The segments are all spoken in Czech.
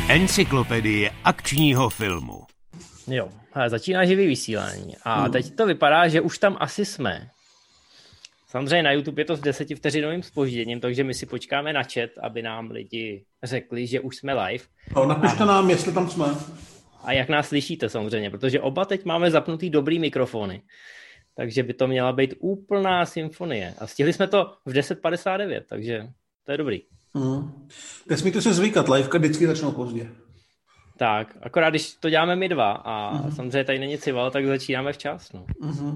Encyklopedie akčního filmu. Jo, začíná živý vysílání a teď to vypadá, že už tam asi jsme. Samozřejmě na YouTube je to s 10vteřinovým zpožděním, takže my si počkáme na chat, aby nám lidi řekli, že už jsme live. No, napište nám, jestli tam jsme. A jak nás slyšíte samozřejmě, protože oba teď máme zapnutý dobrý mikrofony. Takže by to měla být úplná symfonie. A stihli jsme to v 10:59, takže to je dobrý. Nesmíte se zvykat, liveka vždycky začnou pozdě. Tak, akorát když to děláme my dva a samozřejmě tady není Cival, tak začínáme včas. No.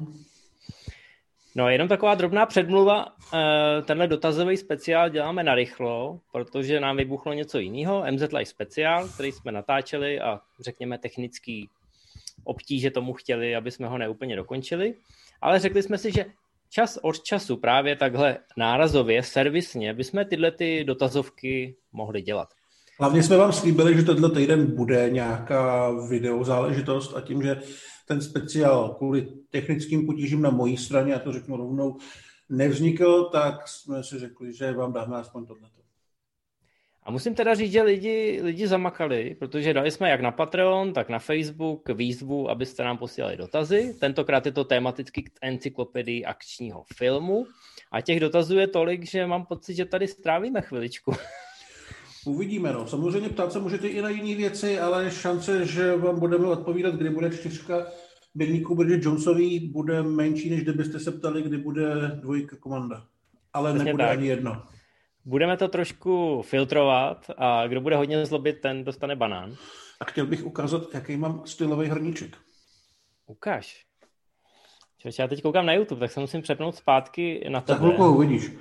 No, jenom taková drobná předmluva. Tenhle dotazový speciál děláme narychlo, protože nám vybuchlo něco jiného. MZ Live speciál, který jsme natáčeli a řekněme technický obtíže tomu chtěli, aby jsme ho neúplně dokončili. Ale řekli jsme si, že čas od času právě takhle nárazově, servisně, bychom tyhle ty dotazovky mohli dělat. Hlavně jsme vám slíbili, že tenhle týden bude nějaká video záležitost a tím, že ten speciál kvůli technickým potížím na mojí straně, já to řeknu rovnou, nevznikl, tak jsme si řekli, že vám dáme aspoň tohleto. A musím teda říct, že lidi zamakali, protože dali jsme jak na Patreon, tak na Facebook výzvu, abyste nám posílali dotazy. Tentokrát je to tematicky k encyklopedii akčního filmu a těch dotazů je tolik, že mám pocit, že tady strávíme chviličku. Uvidíme, no. Samozřejmě ptát se můžete i na jiné věci, ale šance, že vám budeme odpovídat, kdy bude 4 Milníku Bridget Jonesový, bude menší, než kdybyste se ptali, kdy bude 2 Komanda. Ale přesně nebude tak. Ani jedno. Budeme to trošku filtrovat a kdo bude hodně zlobit, ten dostane banán. A chtěl bych ukázat, jaký mám stylový hrníček. Ukáž. Já teď koukám na YouTube, tak se musím přepnout zpátky na tebe. Tak chvilku uvidíš.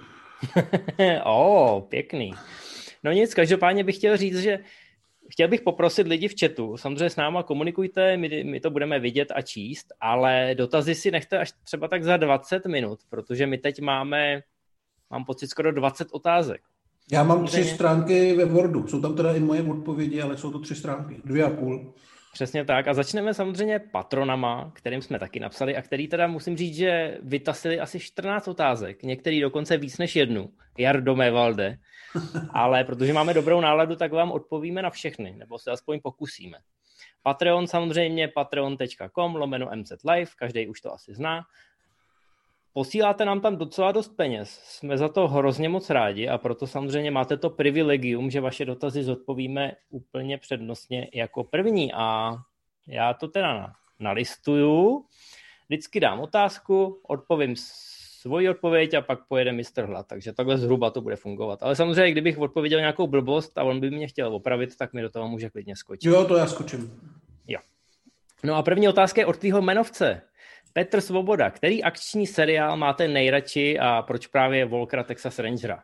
Pěkný. No nic, každopádně bych chtěl říct, že chtěl bych poprosit lidi v chatu, samozřejmě s náma komunikujte, my to budeme vidět a číst, ale dotazy si nechte až třeba tak za 20 minut, protože my teď mám pocit skoro 20 otázek. Já mám 3 stránky ve Wordu, jsou tam teda i moje odpovědi, ale jsou to 3 stránky, 2,5. Přesně tak a začneme samozřejmě patronama, kterým jsme taky napsali a který teda musím říct, že vytasili asi 14 otázek, některý dokonce víc než jednu, Jardo Mévalde, ale protože máme dobrou náladu, tak vám odpovíme na všechny, nebo se aspoň pokusíme. Patreon samozřejmě, patreon.com/mzlive, každý už to asi zná. Posíláte nám tam docela dost peněz, jsme za to hrozně moc rádi a proto samozřejmě máte to privilegium, že vaše dotazy zodpovíme úplně přednostně jako první a já to teda nalistuju, vždycky dám otázku, odpovím svoji odpověď a pak pojede mistr Hlad, takže takhle zhruba to bude fungovat. Ale samozřejmě, kdybych odpověděl nějakou blbost a on by mě chtěl opravit, tak mi do toho může klidně skočit. Jo, to já skočím. Jo. No a první otázka je od tvýho jmenovce. Petr Svoboda, který akční seriál máte nejradši a proč právě Walkera Texas Rangera?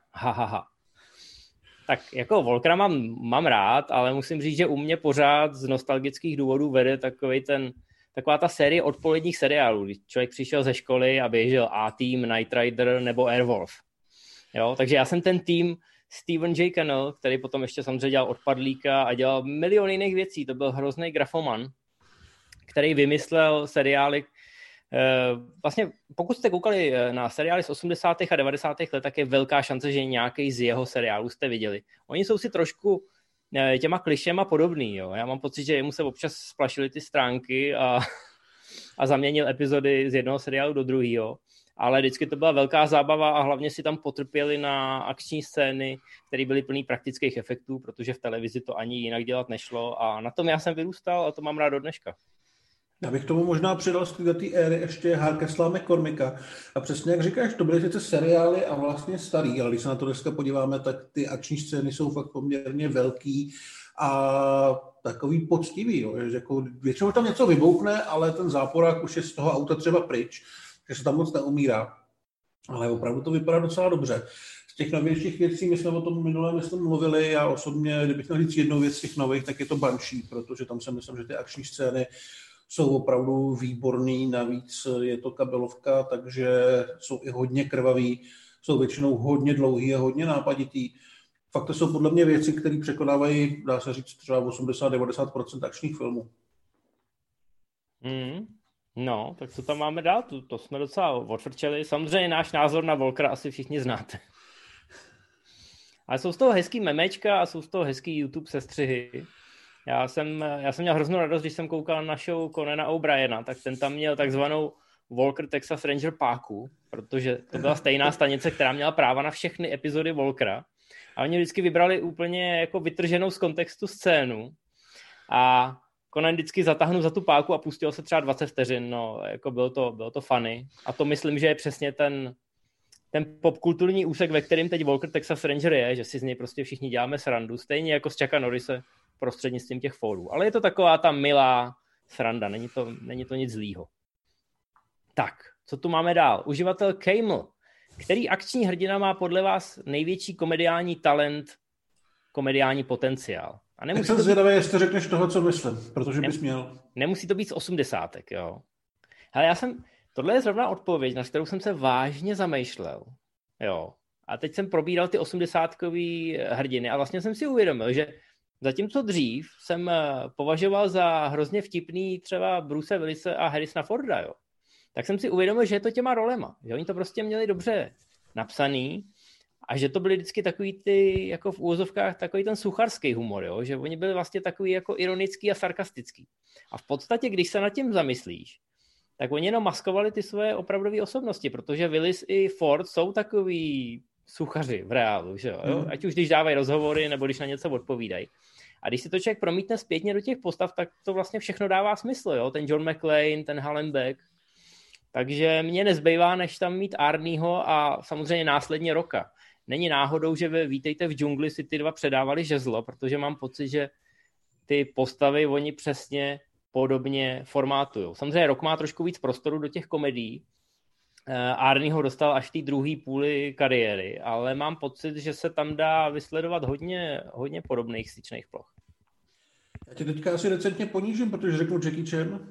Tak jako Walkera mám rád, ale musím říct, že u mě pořád z nostalgických důvodů vede taková ta série odpoledních seriálů, kdy člověk přišel ze školy a běžel A-Team, Knight Rider nebo Airwolf. Jo, takže já jsem ten tým Stephen J. Cannell, který potom ještě samozřejmě dělal Odpadlíka a dělal milion jiných věcí. To byl hrozný grafoman, který vymyslel seriály. Vlastně pokud jste koukali na seriály z 80. a 90. let, tak je velká šance, že nějaký z jeho seriálů jste viděli. Oni jsou si trošku těma klišema podobný. Jo. Já mám pocit, že jemu se občas splašily ty stránky a zaměnil epizody z jednoho seriálu do druhého. Ale vždycky to byla velká zábava a hlavně si tam potrpěli na akční scény, které byly plný praktických efektů, protože v televizi to ani jinak dělat nešlo a na tom já jsem vyrůstal a to mám rád do dneška. Já bych tomu možná přidal z té éry ještě Harkesla McCormicka. A přesně jak říkáš, to byly sice seriály a vlastně starý, ale když se na to dneska podíváme, tak ty akční scény jsou fakt poměrně velký a takový poctivý. Jo. Jako, většinou tam něco vybouchne, ale ten záporák už je z toho auta třeba pryč, že se tam moc neumírá. Ale opravdu to vypadá docela dobře. Z těch novějších věcí, my jsme o tom minule mluvili, já osobně, kdybych měl říct jednou věc z těch nových, tak je to Banshee, protože tam si myslím, že ty akční scény jsou opravdu výborný, navíc je to kabelovka, takže jsou i hodně krvavý, jsou většinou hodně dlouhý a hodně nápaditý. Fakt to jsou podle mě věci, které překonávají, dá se říct, třeba 80-90% akčních filmů. No, tak co tam máme dál? To jsme docela odfrčeli. Samozřejmě náš názor na Walkera asi všichni znáte. Ale jsou z toho hezký memečka a jsou z toho hezký YouTube sestřihy. Já jsem měl hroznou radost, když jsem koukal na show Conana O'Briena, tak ten tam měl takzvanou Walker Texas Ranger páku, protože to byla stejná stanice, která měla práva na všechny epizody Walkera. A oni vždycky vybrali úplně jako vytrženou z kontextu scénu a Conan vždycky zatáhnul za tu páku a pustil se třeba 20 vteřin, no, jako bylo to funny. A to myslím, že je přesně ten popkulturní úsek, ve kterém teď Walker Texas Ranger je, že si z něj prostě všichni děláme srandu, stejně jako z Chucka Norrise prostřednictvím těch fórů. Ale je to taková ta milá sranda, není to nic zlýho. Tak, co tu máme dál? Uživatel Camel. Který akční hrdina má podle vás největší komediální talent, komediální potenciál? A nemusí tak jsem zvědavý, jestli řekneš toho, co myslím, protože bys měl. Nemusí to být z 80, jo. Hele, tohle je zrovna odpověď, na kterou jsem se vážně zamýšlel, jo. A teď jsem probíral ty 80kový hrdiny a vlastně jsem si uvědomil, že zatímco dřív jsem považoval za hrozně vtipný třeba Bruce Willise a Harrisona Forda, jo. Tak jsem si uvědomil, že je to těma rolema, že oni to prostě měli dobře napsaný a že to byly vždycky takový ty, jako v úvozovkách, takový ten sucharský humor, jo? Že oni byli vlastně takový jako ironický a sarkastický. A v podstatě, když se nad tím zamyslíš, tak oni jenom maskovali ty svoje opravdové osobnosti, protože Willis i Ford jsou takový suchaři v reálu, že jo? Ať už když dávají rozhovory, nebo když na něco odpovídají. A když si to člověk promítne zpětně do těch postav, tak to vlastně všechno dává smysl, jo? Ten John McClane, ten Hallenbeck. Takže mně nezbývá, než tam mít Arnieho a samozřejmě následně Rocka. Není náhodou, že ve Vítejte v džungli si ty dva předávali žezlo, protože mám pocit, že ty postavy oni přesně podobně formátujou. Samozřejmě Rock má trošku víc prostoru do těch komedií. Arnie ho dostal až v té druhé půli kariéry, ale mám pocit, že se tam dá vysledovat hodně podobných styčných ploch. Já tě teďka asi decentně ponížím, protože řeknu Jackie Chan.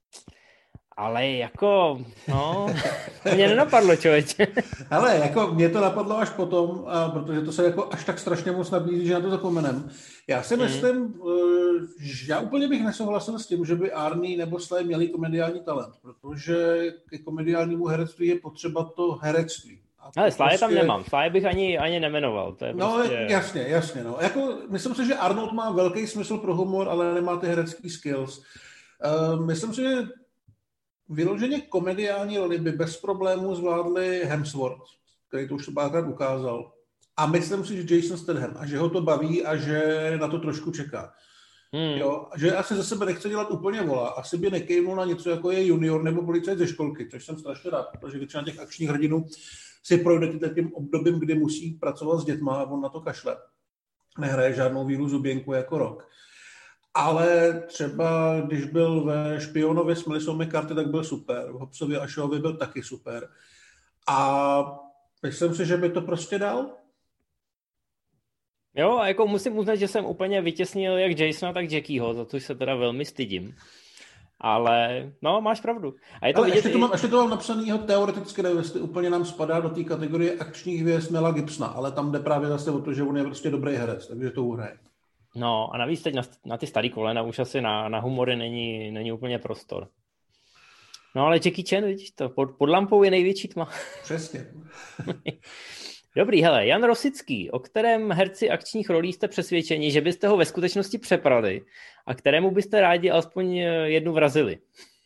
Ale jako, no, to mě nenapadlo, člověče. Ale jako mě to napadlo až potom, protože to se jako až tak strašně moc nabízí, že na to zapomenem. Já si myslím, že já úplně bych nesouhlasil s tím, že by Arnie nebo Sly měli komediální talent, protože ke komediálnímu herectví je potřeba to herectví. Ale Sly prostě... tam nemám, Sly bych ani nemenoval. To je no prostě... jasně. No. Jako, myslím si, že Arnold má velký smysl pro humor, ale nemá ty herecký skills. Myslím si, že vyloženě komediální roli by bez problémů zvládli Hemsworth, který to už párkrát ukázal. A myslím si, že Jason Statham a že ho to baví a že na to trošku čeká. Jo, že asi ze sebe nechce dělat úplně vola. Asi by nekejmul na něco, jako je Junior nebo Policajt ze školky, což jsem strašně rád, protože většina těch akčních hrdinů si projde tím obdobím, kdy musí pracovat s dětma a on na to kašle. Nehraje žádnou víru zuběnku jako Rock. Ale třeba, když byl ve Špionovi s Melissou McCarthy, tak byl super. V Hobbsovi a Shawovi byl taky super. A myslím si, že by to prostě dal. Jo, a jako musím uznat, že jsem úplně vytěsnil jak Jasona, tak Jackieho, za což se teda velmi stydím. Ale, no, máš pravdu. A je to vidět ještě to mám napsanýho teoreticky, jestli úplně nám spadá do té kategorie akčních hvězd Mela Gibsona, ale tam jde právě zase o to, že on je prostě dobrý herec, takže to uhraje. No a navíc teď na ty starý kolena už asi na humory není úplně prostor. No ale Jackie Chan, vidíš to, pod lampou je největší tma. Přesně. Dobrý, hele, Jan Rosický, o kterém herci akčních rolí jste přesvědčeni, že byste ho ve skutečnosti přeprali a kterému byste rádi alespoň jednu vrazili?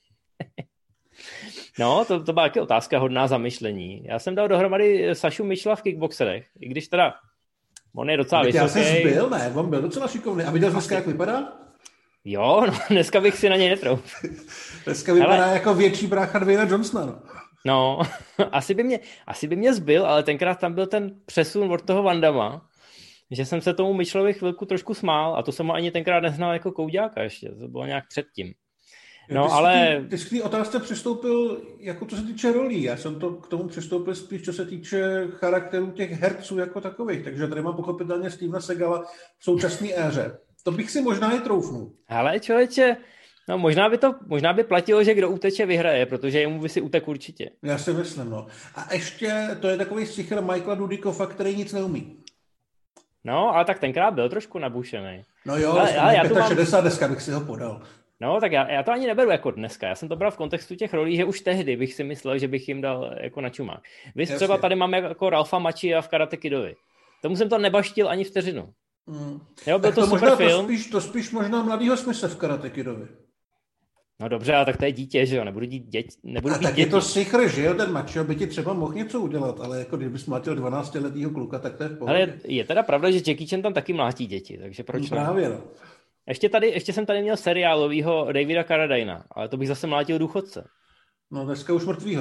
No, to byla taky otázka hodná zamyšlení. Já jsem dal dohromady Sašu Mitchella v Kickboxerech, i když teda on je docela vysoký. Já jsem zbyl, ne, on byl docela šikovný. A viděl jsi dneska, jak vypadá? Jo, no, dneska bych si na něj netrouf. Dneska vypadá jako větší brácha Dwayna Johnsona, no. No, asi by mě zbyl, ale tenkrát tam byl ten přesun od toho Van Damme, že jsem se tomu Mitchellovi chvilku trošku smál a to jsem ho ani tenkrát neznal jako kouďáka ještě, to bylo nějak předtím. No, ty jsi k té otázce přistoupil jako co se týče rolí, já jsem to k tomu přistoupil spíš co se týče charakterů těch herců jako takových, takže tady mám pochopitelně Stevena Segala v současné éře. To bych si možná i troufnul. Ale člověče, no možná by platilo, že kdo uteče, vyhraje, protože jemu by si utek určitě. Já si myslím, no. A ještě to je takový sticher Michaela Dudikova, který nic neumí. No, ale tak tenkrát byl trošku nabušený. No jo, ale 65 dneska bych si ho podal. No, tak já to ani neberu jako dneska. Já jsem to bral v kontextu těch rolí, že už tehdy bych si myslel, že bych jim dal jako na čumák. Víš, třeba tady máme jako Ralfa Macchia v Karate Kidovi. Tomu jsem to nebaštil ani vteřinu. Jo, byl Tak to super možná film. To spíš možná mladýho Smise v Karate Kidovi. No dobře, ale tak to je dítě, že jo, nebudu být Tak děti. je to sichr, že jo, ten mačo by ti třeba mohl něco udělat, ale jako kdybys mlátil 12letýho kluka, tak to je v pohodě. Ale je teda pravda, že Jackie Chan tam taky mlátí děti, takže proč ne? Právě, no. Ještě jsem tady měl seriálovýho Davida Carradina, ale to bych zase mlátil důchodce. No dneska už mrtvýho.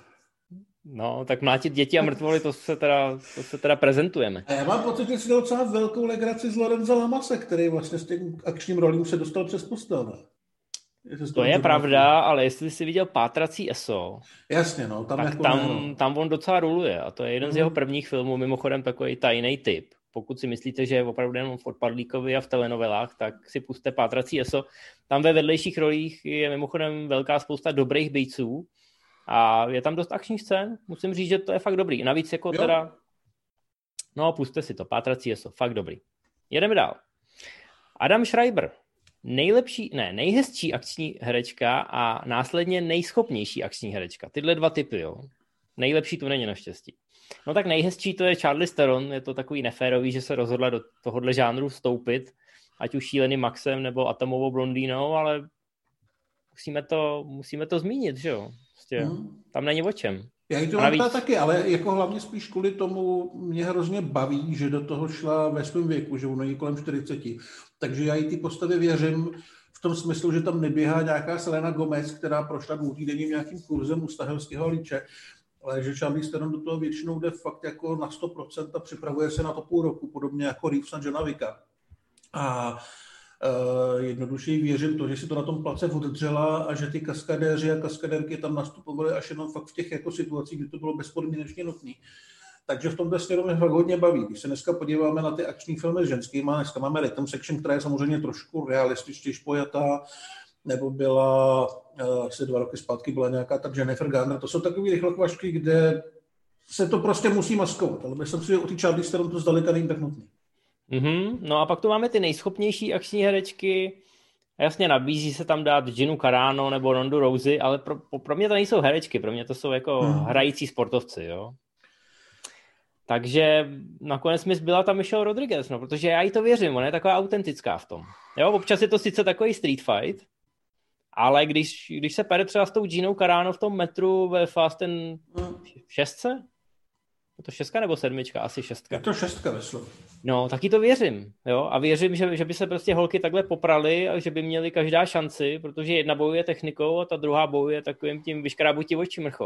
No, tak mlátit děti a mrtvoly, to se teda prezentujeme. A já mám pocit, že si dal docela velkou legraci z Lorenza Lamase, který vlastně s tím akčním rolím se dostal přes postel, ne? To je pravda, ale jestli jsi viděl Pátrací ESO, jasně, no, tam, tak jako tam on docela ruluje a to je jeden z jeho prvních filmů, mimochodem takový tajný tip. Pokud si myslíte, že je opravdu jenom v Odpadlíkovi a v telenovelách, tak si puste Pátrací ESO. Tam ve vedlejších rolích je mimochodem velká spousta dobrých bejců a je tam dost akčních scén. Musím říct, že to je fakt dobrý. Navíc jako teda... No, puste si to. Pátrací ESO. Fakt dobrý. Jedeme dál. Adam Schreiber. Nejhezčí akční herečka a následně nejschopnější akční herečka. Tyhle dva typy, jo. Nejlepší tu není naštěstí. No tak nejhezčí to je Charlize Theron, je to takový neférový, že se rozhodla do tohohle žánru vstoupit, ať už Šíleným Maxem nebo Atomovou blondýnou, ale musíme to zmínit, že jo. Prostě tam není o čem. Já jí to mám taky, ale jako hlavně spíš kvůli tomu mě hrozně baví, že do toho šla ve svém věku, že ona je kolem 40. Takže já jí ty postavě věřím v tom smyslu, že tam neběhá nějaká Selena Gomez, která prošla dvoutýdenním nějakým kurzem u Stahelského líče, ale že Charlize Theron do toho většinou jde fakt jako na 100% a připravuje se na to půl roku, podobně jako Reeves na Johna Wicka. A jednoduše věřím to, že si to na tom place oddržela a že ty kaskadéři a kaskadérky tam nastupovali až jenom fakt v těch jako situacích, kdy to bylo bezpodmínečně nutné. Takže v tomto směru mě fakt hodně baví. Když se dneska podíváme na ty akční filmy s ženskýma, dneska máme Rhythm Section, která je samozřejmě trošku realističtěji pojatá, nebo byla asi 2 roky zpátky byla nějaká ta Jennifer Garner. To jsou takový rychlokvašky, kde se to prostě musí maskovat, ale myslím si, že u té Charlize Theron to zdaleka není tak nutný. No a pak tu máme ty nejschopnější akční herečky. Jasně, nabízí se tam dát Ginu Carano nebo Rondu Rousey, ale pro mě to nejsou herečky, pro mě to jsou jako hrající sportovci, jo. Takže nakonec mi zbyla ta Michelle Rodriguez, no, protože já jí to věřím, ona je taková autentická v tom. Jo, občas je to sice takový street fight, ale když se pere třeba s tou Ginou Carano v tom metru ve Fast and 6? Je to 6 nebo 7? Asi 6. Je to 6, veslo. No, taky to věřím, jo, a věřím, že by se prostě holky takhle popraly a že by měly každá šanci, protože jedna bojuje technikou a ta druhá bojuje takovým tím vyškrábuti oči mrcho.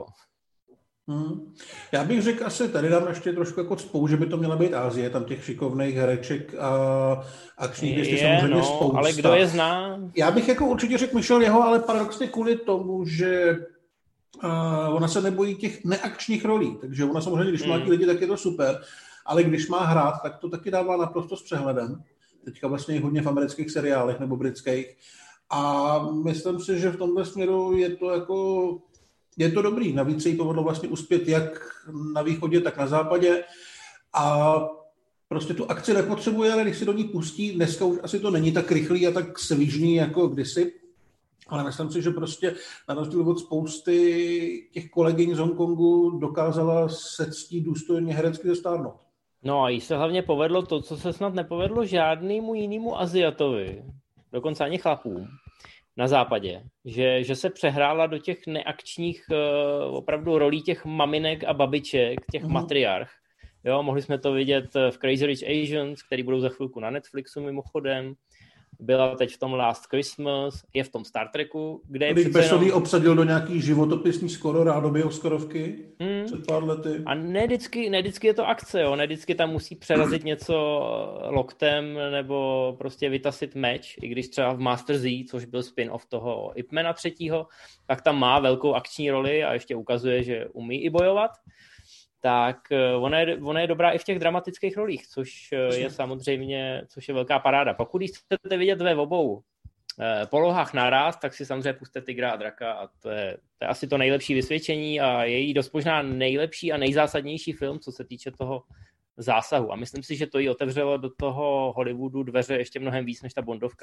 Já bych řekl asi, tady dám ještě trošku jako cpou, že by to měla být Asie, tam těch šikovných hereček a akčních věcí je samozřejmě spousta. Ale kdo je zná? Já bych jako určitě řekl Michelle jeho, ale paradoxně kvůli tomu, že ona se nebojí těch neakčních rolí, takže ona samozřejmě, když má lidi, tak je to super, ale když má hrát, tak to taky dává naprosto s přehledem. Teďka vlastně hodně v amerických seriálech nebo britských. A myslím si, že v tomhle směru je to dobrý. Navíc se jí povedlo vlastně uspět jak na východě, tak na západě. A prostě tu akci nepotřebuje, ale když si do ní pustí, dneska už asi to není tak rychlý a tak svižný jako kdysi. Ale myslím si, že prostě na rozdíl od spousty těch kolegyň z Hongkongu dokázala se ctít důstojně herecky zestárnout. No a jí se hlavně povedlo to, co se snad nepovedlo žádnému jinému Aziatovi, dokonce ani chlapům na západě, že se přehrála do těch neakčních opravdu rolí těch maminek a babiček, těch matriarch. Jo, mohli jsme to vidět v Crazy Rich Asians, který budou za chvilku na Netflixu mimochodem. Byla teď v tom Last Christmas, je v tom Star Treku, kde je přece Besový obsadil do nějaký životopisní skoro rádoby Oscarovky před pár lety. A ne vždycky je to akce, jo. Ne vždycky tam musí přerazit něco loktem nebo prostě vytasit meč, i když třeba v Master Z, což byl spin-off toho Ip Mana 3., tak tam má velkou akční roli a ještě ukazuje, že umí i bojovat. Tak ona je dobrá i v těch dramatických rolích, což je velká paráda. Pokud chcete vidět ve obou polohách naraz, tak si samozřejmě puste Tygra a draka a to je asi to nejlepší vysvědčení a je jí dost možná nejlepší a nejzásadnější film, co se týče toho zásahu. A myslím si, že to jí otevřelo do toho Hollywoodu dveře ještě mnohem víc než ta Bondovka.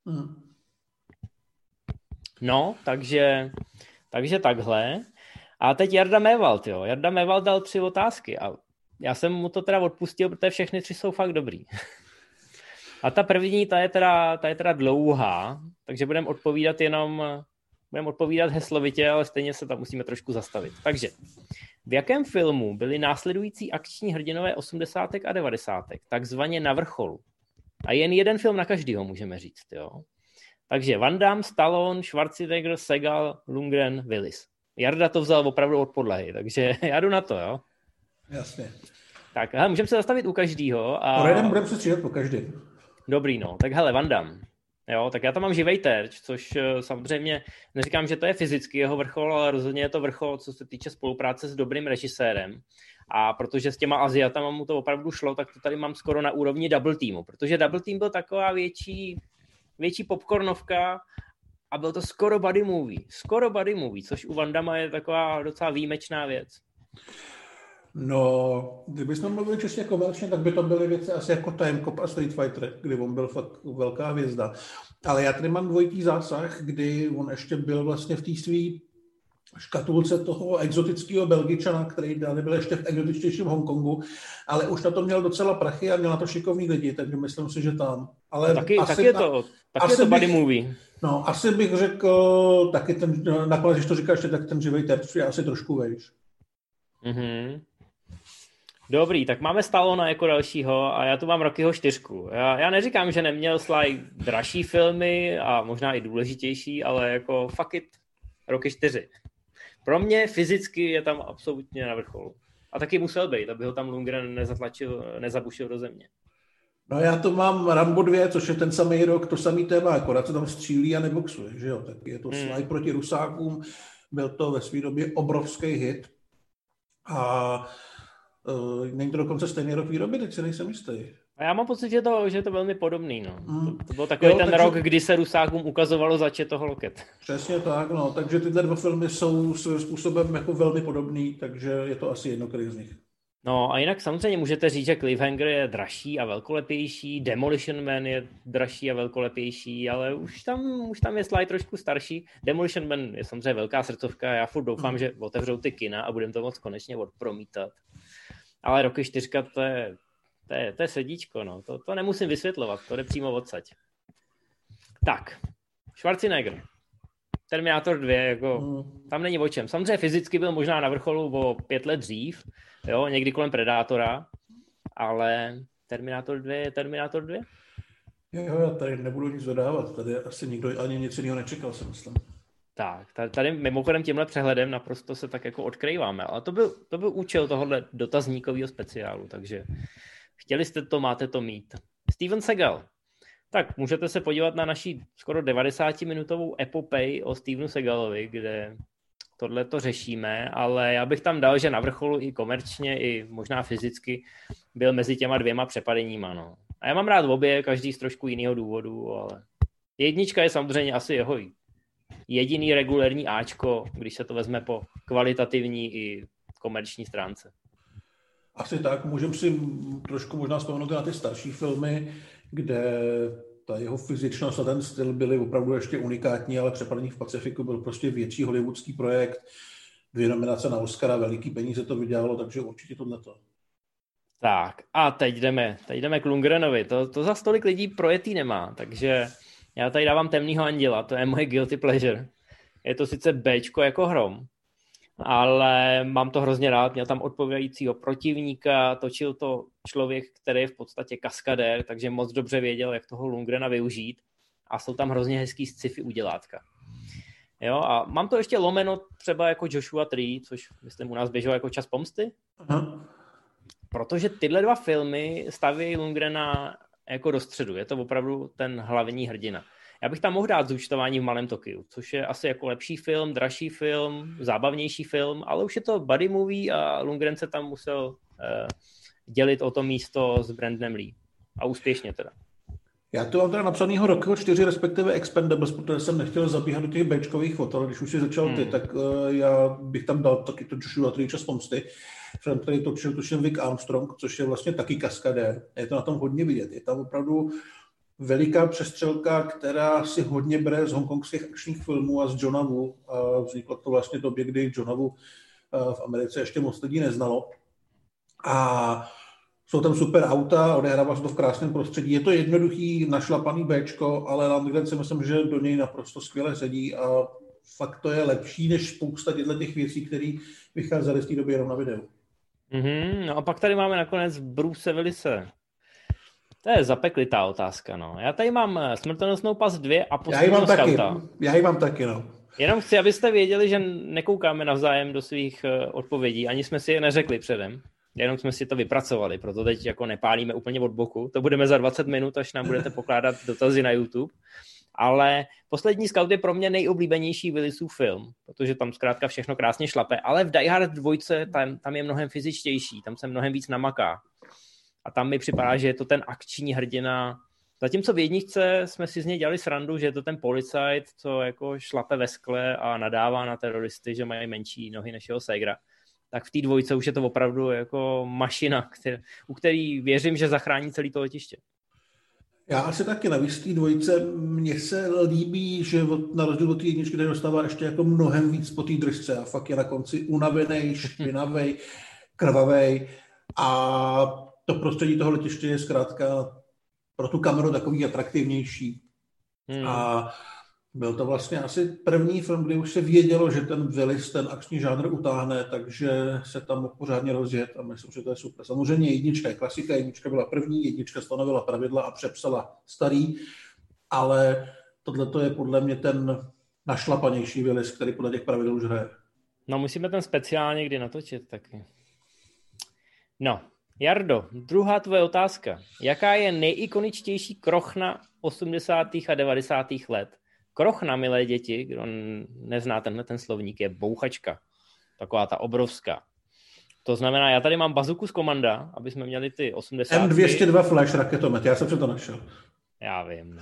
No, takže takhle. A teď Jarda Mévald, jo. Jarda Mévald dal 3 otázky a já jsem mu to teda odpustil, protože všechny 3 jsou fakt dobrý. A ta první, ta je teda dlouhá, takže budeme odpovídat heslovitě, ale stejně se tam musíme trošku zastavit. Takže v jakém filmu byly následující akční hrdinové 80. a 90. takzvaně na vrcholu? A jen jeden film na každýho, můžeme říct. Jo? Takže Van Damme, Stallone, Schwarzenegger, Segal, Lundgren, Willis. Jarda to vzal opravdu od podlahy, takže já jdu na to, jo? Jasně. Tak, hele, můžeme se zastavit u každýho. Pojedeme, budeme se střídat po každém. Dobrý, no. Tak hele, Van Damme. Jo, tak já tam mám živej terč, což samozřejmě neříkám, že to je fyzicky jeho vrchol, ale rozhodně je to vrchol, co se týče spolupráce s dobrým režisérem. A protože s těma Aziatama mu to opravdu šlo, tak to tady mám skoro na úrovni Double Teamu, protože Double Team byl taková větší popcornovka a byl to skoro buddy movie, což u Van Damme je taková docela výjimečná věc. No, kdybychom mluvili čistě komerčně, tak by to byly věci asi jako Time Cop a Street Fighter, kdy on byl fakt velká hvězda. Ale já tady mám dvojitý zásah, kdy on ještě byl vlastně v té svý škatulce toho exotického Belgičana, který byl ještě v exotičtějším Hongkongu, ale už na to měl docela prachy a měl na to šikovný lidi, takže myslím si, že tam. Ale taky je to buddy movie. No, asi bych řekl, taky ten, nakonec, když to říkáš, tak ten živej terč je asi trošku vejš. Mhm. Dobrý, tak máme Stallona jako dalšího a já tu mám Rockyho 4. Já neříkám, že neměl Sly dražší filmy a možná i důležitější, ale jako fuck it, Rocky 4. Pro mě fyzicky je tam absolutně na vrcholu. A taky musel být, aby ho tam Lundgren nezabušil do země. No já to mám Rambo 2, což je ten samý rok, to samý téma, akorát se tam střílí a neboxuje, že jo? Tak je to Sly proti Rusákům, byl to ve své době obrovský hit. A není to dokonce stejný rok výroby, teď si nejsem jistý. A já mám pocit, že je to velmi podobný. No. To byl takový rok, kdy se Rusákům ukazovalo zač je toho loket. Přesně tak, no. Takže tyhle dva filmy jsou svým způsobem jako velmi podobný, takže je to asi jedno, který z nich. No a jinak samozřejmě můžete říct, že Cliffhanger je dražší a velkolepější, Demolition Man je dražší a velkolepější, ale už tam je Sly trošku starší. Demolition Man je samozřejmě velká srdcovka, já furt doufám, že otevřou ty kina a budeme to moc konečně odpromítat. Ale Rocky 4, to je sedíčko, no. To nemusím vysvětlovat, to jde přímo odsaď. Tak, Schwarzenegger. Terminator 2, jako, tam není o čem. Samozřejmě fyzicky byl možná na vrcholu o 5 let dřív, jo, někdy kolem Predátora, ale Terminator 2 je Terminator 2. Jo, já tady nebudu nic dodávat, tady asi nikdo ani nic jiného nečekal, si myslím. Tak, tady mimochodem tímhle přehledem naprosto se tak jako odkrýváme, ale to byl účel tohohle dotazníkového speciálu, takže chtěli jste to, máte to mít. Steven Seagal. Tak můžete se podívat na naší skoro 90-minutovou epopej o Stevenu Seagalovi, kde tohle to řešíme, ale já bych tam dal, že na vrcholu i komerčně, i možná fyzicky byl mezi těma dvěma přepadeníma. No. A já mám rád obě, každý z trošku jiného důvodu, ale jednička je samozřejmě asi jeho jediný regulérní áčko, když se to vezme po kvalitativní i komerční stránce. Asi tak, můžeme si trošku možná vzpomenout na ty starší filmy, kde ta jeho fyzičnost a ten styl byly opravdu ještě unikátní, ale Přepadení v Pacifiku byl prostě větší hollywoodský projekt, 2 nominace na Oscara, veliký peníze to vydělalo, takže určitě tohleto. Tak a teď jdeme k Lundgrenovi, to za tolik lidí projetý nemá, takže já tady dávám Temnýho anděla, to je moje guilty pleasure. Je to sice Bčko jako hrom, ale mám to hrozně rád, měl tam odpovídajícího protivníka, točil to člověk, který je v podstatě kaskadér, takže moc dobře věděl, jak toho Lundgrena využít a jsou tam hrozně hezký sci-fi udělátka. Jo, a mám to ještě lomeno třeba jako Joshua Tree, což myslím u nás běželo jako Čas pomsty. Aha. Protože tyhle dva filmy staví Lundgrena jako do středu, je to opravdu ten hlavní hrdina. Já bych tam mohl dát Zúčtování v Malém Tokiu, což je asi jako lepší film, dražší film, zábavnější film, ale už je to buddy movie a Lundgren se tam musel dělit o to místo s Brandonem Lee. A úspěšně teda. Já to mám teda napsanýho Rockyho 4, respektive Expendables, protože jsem nechtěl zabíhat do těch Bčkových vod, ale když už si začal ty, tak já bych tam dal taky to Joshua Tree, Čas pomsty. Film, který točil tuším Vic Armstrong, což je vlastně taky kaskadér. Je to na tom hodně vidět. Je tam opravdu veliká přestřelka, která si hodně bere z hongkongských akčních filmů a z Johna Woo. A vzniklo to vlastně v době, kdy Johna Woo v Americe ještě moc lidí neznalo. A Jsou tam super auta, odehrává se to v krásném prostředí. Je to jednoduchý, našlapaný Bčko, ale Landgren si myslím, že do něj naprosto skvěle sedí a fakt to je lepší než spousta těch věcí, které vycházely z té doby jenom na videu. No a pak tady máme nakonec Bruce Willise. To je zapeklitá otázka, no. Já tady mám Smrtonosnou pas 2 a Posledního skauta. Já ji mám taky, no. Jenom chci, abyste věděli, že nekoukáme navzájem do svých odpovědí, ani jsme si je neřekli předem. Jenom jsme si to vypracovali, proto teď jako nepálíme úplně od boku. To budeme za 20 minut, až nám budete pokládat dotazy na YouTube. Ale Poslední scout je pro mě nejoblíbenější Willisův film, protože tam zkrátka všechno krásně šlape, ale v Die Hard 2 tam je mnohem fyzičtější, tam se mnohem víc namaká. A tam mi připadá, že je to ten akční hrdina. Zatímco v jedničce jsme si z něj dělali srandu, že je to ten policajt, co jako šlape ve skle a nadává na teroristy, že mají menší nohy než jeho ségra. Tak v té dvojce už je to opravdu jako mašina, u který věřím, že zachrání celé to letiště. Já asi taky navíc té dvojce mně se líbí, že na rozdíl od té jedničky, kde dostává ještě jako mnohem víc po té držce a fakt je na konci unavený, špinavý, krvavý a to prostředí toho letiště je zkrátka pro tu kameru takový atraktivnější. A byl to vlastně asi první film, kdy už se vědělo, že ten Willis ten akční žánr utáhne, takže se tam mohl pořádně rozjet a myslím, že to je super. Samozřejmě jednička je klasika, jednička byla první, jednička stanovila pravidla a přepsala starý, ale tohle je podle mě ten našlapanější Willis, který podle těch pravidel už hraje. No musíme ten speciálně někdy natočit taky. No, Jardo, druhá tvoje otázka. Jaká je nejikoničtější krochna 80. a 90. let? Krochna, milé děti, kdo nezná ten slovník, je bouchačka. Taková ta obrovská. To znamená, já tady mám bazuku z Komanda, aby jsme měli ty 80. M202 flash raketomet, já jsem se to našel. Já vím.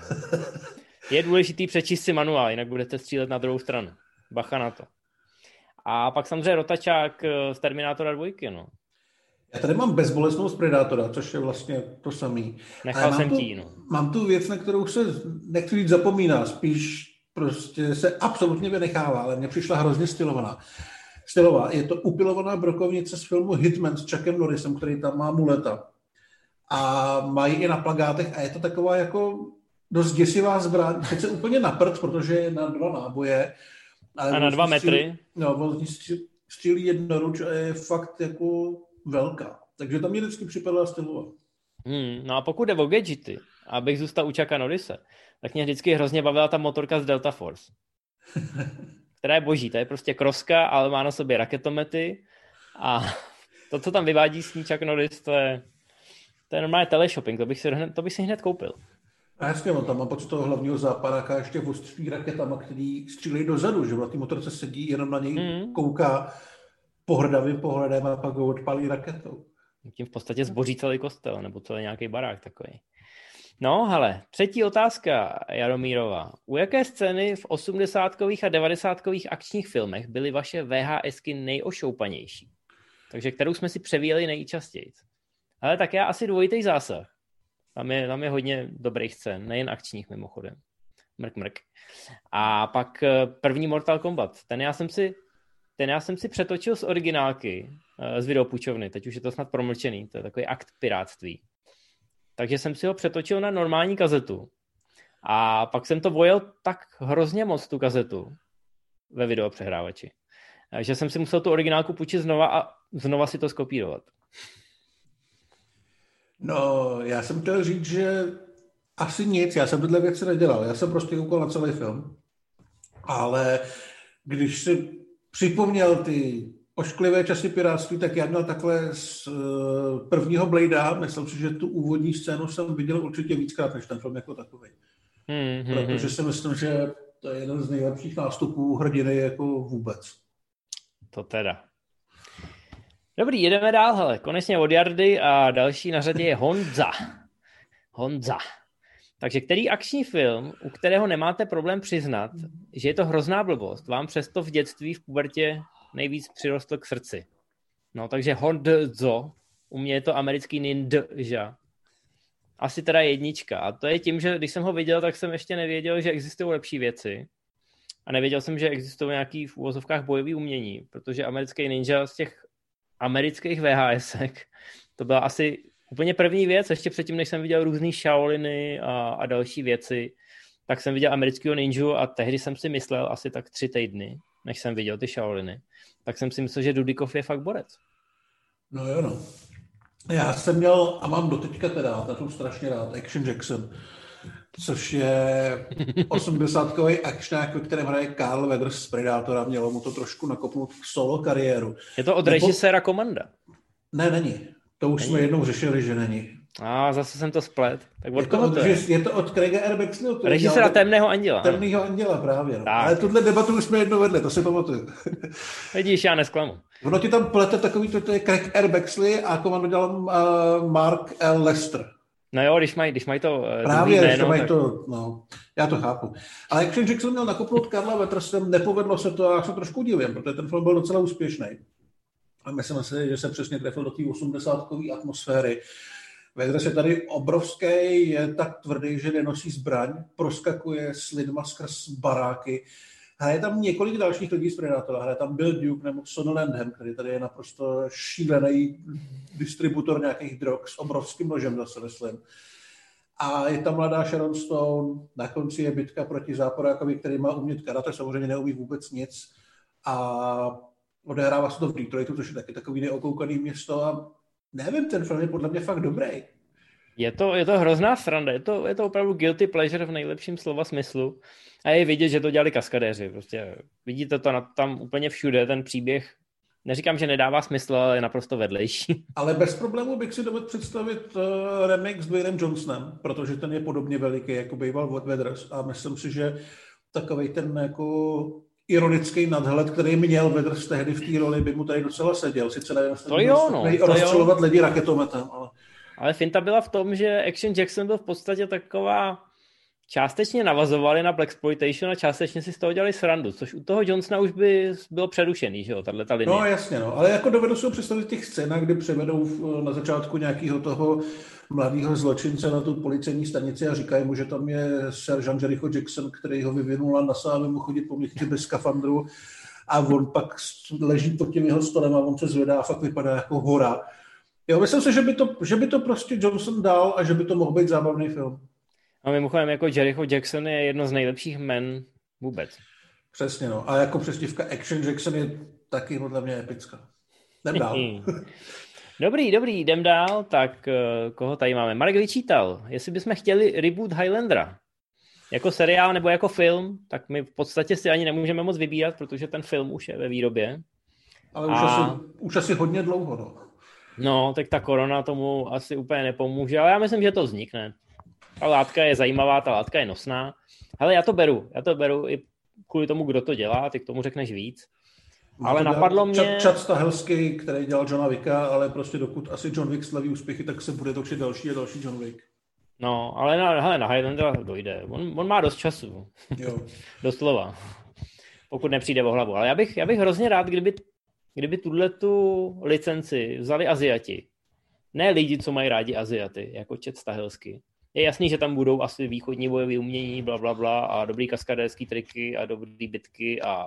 Je důležitý přečíst si manuál, jinak budete střílet na druhou stranu. Bacha na to. A pak samozřejmě rotačák z Terminátora 2, no. Já tady mám bezbolestnou z Predátora, což je vlastně to samý. Nechal jsem ti, no. Mám tu věc, na kterou se nechci říct zapomíná, spíš prostě se absolutně vynechává, ale mně přišla hrozně stylová. Je to upilovaná brokovnice z filmu Hitman s Chuckem Norrisem, který tam má muleta. A mají i na plakátech a je to taková jako dost děsivá zbraň. Sice úplně na prd, protože je na 2 náboje. Ale a na 2 metry. On střílí jednoruč a je fakt jako velká. Takže tam mě vždycky připadala stylová. No a pokud jde o gadgety, abych zůstal u Chucka Norrise, tak mě vždycky hrozně bavila ta motorka z Delta Force. Která je boží, to je prostě kroska, ale má na sobě raketomety a to, co tam vyvádí s ní Chuck Norris, to je normálně teleshopping, to bych si hned koupil. A jasně, on tam má pocit toho hlavního západáka ještě ostří raketama, který střílejí dozadu, že na té motorce sedí, jenom na něj kouká pohrdavým pohledem a pak ho odpálí raketou. Tím v podstatě zboří celý kostel, nebo celý nějaký barák takový. No, hele, třetí otázka, Jaromírova. U jaké scény v 80. a 90. akčních filmech byly vaše VHSky nejošoupanější? Takže kterou jsme si převíjeli nejčastěji? Ale tak já asi dvojitý zásah. Tam je hodně dobrých scén, nejen akčních mimochodem. Mrk. A pak první Mortal Kombat. Ten já jsem si přetočil z originálky, z videopůjčovny. Teď už je to snad promlčený, to je takový akt pirátství. Takže jsem si ho přetočil na normální kazetu. A pak jsem to vojel tak hrozně moc, tu kazetu, ve videopřehrávači, že jsem si musel tu originálku půjčit znova a znova si to skopírovat. No, já jsem chtěl říct, že asi nic, já jsem tyhle věci nedělal. Já jsem prostě koukal na celý film. Ale když si připomněl ty ošklivé časy pirátství, tak já měl takhle z prvního Bladea, myslím si, že tu úvodní scénu jsem viděl určitě víckrát než ten film jako takový. Protože si myslím, že to je jeden z nejlepších nástupů hrdiny jako vůbec. To teda. Dobrý, jedeme dál, hele. Konečně od Jardy a další na řadě je Honza. Takže který akční film, u kterého nemáte problém přiznat, že je to hrozná blbost, vám přesto v dětství, v pubertě nejvíc přirostl k srdci? No, takže Honzo, u mě je to americký ninja. Asi teda jednička. A to je tím, že když jsem ho viděl, tak jsem ještě nevěděl, že existují lepší věci. A nevěděl jsem, že existují nějaký v uvozovkách bojový umění, protože americký ninja z těch amerických VHSek, to byla asi Úplně první věc, ještě předtím, než jsem viděl různý Shaoliny a další věci, tak jsem viděl amerického ninju a tehdy jsem si myslel asi tak 3 týdny, než jsem viděl ty Shaoliny, tak jsem si myslel, že Dudikov je fakt borec. No jo, no. Já jsem měl, a mám doteďka teda, na tom strašně rád, Action Jackson, což je 80kový akčňák, ve kterém hraje Carl Weathers z Predátora. Mělo mu to trošku nakopnout solo kariéru. Je to od režiséra Komanda? Ne, není. To už jsme jednou řešili, že není. Zase jsem to splet. Tak od koho to je? Je to od Craiga R. Baxleyho. Režiséra Temného anděla. Temného anděla právě. No. Ale tuhle debatu už jsme jednou vedli, to si pamatuju. Vidíš, já nesklamu. Ono ti tam plete takový, to je Craig R. Baxley a Komando dělal Mark L. Lester. No jo, když mají to právě, jméno, mají tak... to, no, já to chápu. Ale Action Jackson měl nakopnout Karla Weathersem, nepovedlo se to a já se trošku divím, protože ten film byl docela úspěšný. A myslím si, že se přesně trefil do té 80-kové atmosféry. Weathers je tady obrovský, je tak tvrdý, že nenosí zbraň, proskakuje s lidma skrz baráky. Hraje tam několik dalších lidí z Predatora. Hraje tam Bill Duke nebo Sonny Landham, který tady je naprosto šílený distributor nějakých drog s obrovským nožem zase, myslím. A je tam mladá Sharon Stone, na konci je bitka proti záporákovi, který má umět karate, samozřejmě neumí vůbec nic. A odehrává se to v Detroitu, což je taky takový neokoukaný město a nevím, ten film je podle mě fakt dobrý. Je to hrozná sranda, je to opravdu guilty pleasure v nejlepším slova smyslu a je vidět, že to dělali kaskadéři. Prostě vidíte to tam úplně všude, ten příběh, neříkám, že nedává smysl, ale je naprosto vedlejší. Ale bez problému bych si dovedl představit remake s Dwaynem Johnsonem, protože ten je podobně veliký, jako býval Weathers a myslím si, že takovej ten jako ironický nadhled, který měl Weathers tehdy v té roli, by mu tady docela seděl. Sice nevím, rozstřelovat lidi raketometem, ale finta byla v tom, že Action Jackson byl v podstatě taková, částečně navazovali na blaxploitation a částečně si z toho dělali srandu, což u toho Johnsona už by bylo přerušený, že jo, tato linie. No jasně, no, ale jako dovedu si ho představit těch scénách, kdy převedou na začátku nějakého toho mladého zločince na tu policejní stanici a říkají mu, že tam je seržant Jericho Jackson, který ho vyvinul a NASA, aby mu chodit po městě bez skafandru a on pak leží pod tím jeho stolem a on se zvedá a fakt vypadá jako hora. Jo, myslím si, že by to prostě Johnson dal a že by to mohl být zábavný film. A mimochodem, jako Jericho Jackson je jedno z nejlepších men vůbec. Přesně, no. A jako přezdívka Action Jackson je taky podle mě epická. Jdem dál. Dobrý, jdem dál. Tak koho tady máme? Marek vyčítal, jestli bychom chtěli reboot Highlandera. Jako seriál nebo jako film, tak my v podstatě si ani nemůžeme moc vybírat, protože ten film už je ve výrobě. Ale už asi hodně dlouho, no. No, tak ta korona tomu asi úplně nepomůže, ale já myslím, že to vznikne. Ta látka je zajímavá, ta látka je nosná. Hele, já to beru i kvůli tomu, kdo to dělá, ty k tomu řekneš víc. Ale napadlo mě... Chad Stahelski, který dělal Johna Wicka, ale prostě dokud asi John Wick slaví úspěchy, tak se bude točit další a další John Wick. No, ale na Highlander dojde. On má dost času. Jo. Doslova. Pokud nepřijde o hlavu. Ale já bych hrozně rád, kdyby tu licenci vzali Aziati. Ne lidi, co mají rádi Aziaty, jako Chad Stahelski. Je jasný, že tam budou asi východní bojové umění, blablabla, a dobrý kaskadérský triky a dobrý bitky a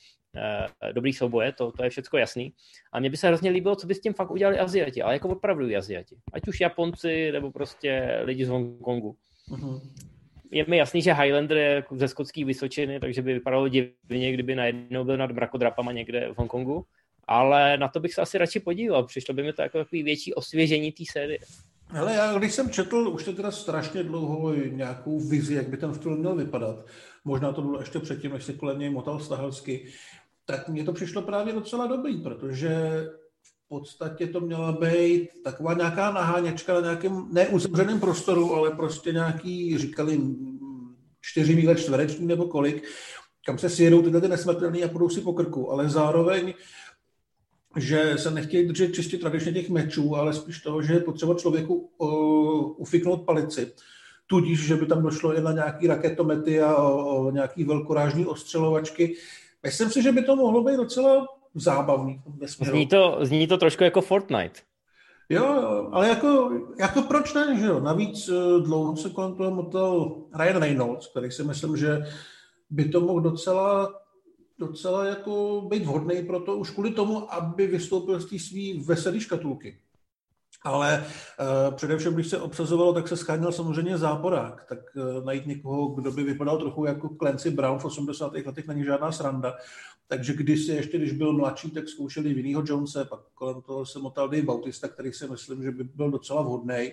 dobrý souboje, to je všecko jasný. A mně by se hrozně líbilo, co by s tím fakt udělali Aziati, ale jako opravdu Aziati. Ať už Japonci, nebo prostě lidi z Hongkongu. Uh-huh. Je mi jasný, že Highlander je ze skotský Vysočiny, takže by vypadalo divně, kdyby najednou byl nad mrakodrapama někde v Hongkongu. Ale na to bych se asi radši podíval. Přišlo by mi to jako takový větší osvěžení té série. Hele, já když jsem četl už to teda strašně dlouho nějakou vizi, jak by ten film měl vypadat, možná to bylo ještě předtím, než se kolem něj motal Stahelsky, tak mně to přišlo právě docela dobrý, protože v podstatě to měla být taková nějaká naháněčka na nějakém neuzavřeném prostoru, ale prostě nějaký, říkali 4 míle čtvereční nebo kolik, kam se sjedou tyhle ty nesmrtelný a půjdou si po krku, ale zároveň že se nechtějí držet čistě tradičně těch mečů, ale spíš toho, že je potřeba člověku ufiknout palici. Tudíž, že by tam došlo i na nějaký raketomety a nějaký velkorážní ostřelovačky. Myslím si, že by to mohlo být docela zábavný. Zní to trošku jako Fortnite. Jo, ale jako proč ne, že jo? Navíc dlouho se kolem toho motal Ryan Reynolds, který si myslím, že by to mohl docela jako být vhodný pro to už kvůli tomu, aby vystoupil z té svý veselý škatulky. Ale především, když se obsazovalo, tak se scháněl samozřejmě záporák. Tak najít někoho, kdo by vypadal trochu jako Clancy Brown v 80. letech, není žádná sranda. Takže kdysi ještě, když byl mladší, tak zkoušeli Vinnyho Jonese, pak kolem toho se motal Dave Bautista, který si myslím, že by byl docela vhodný.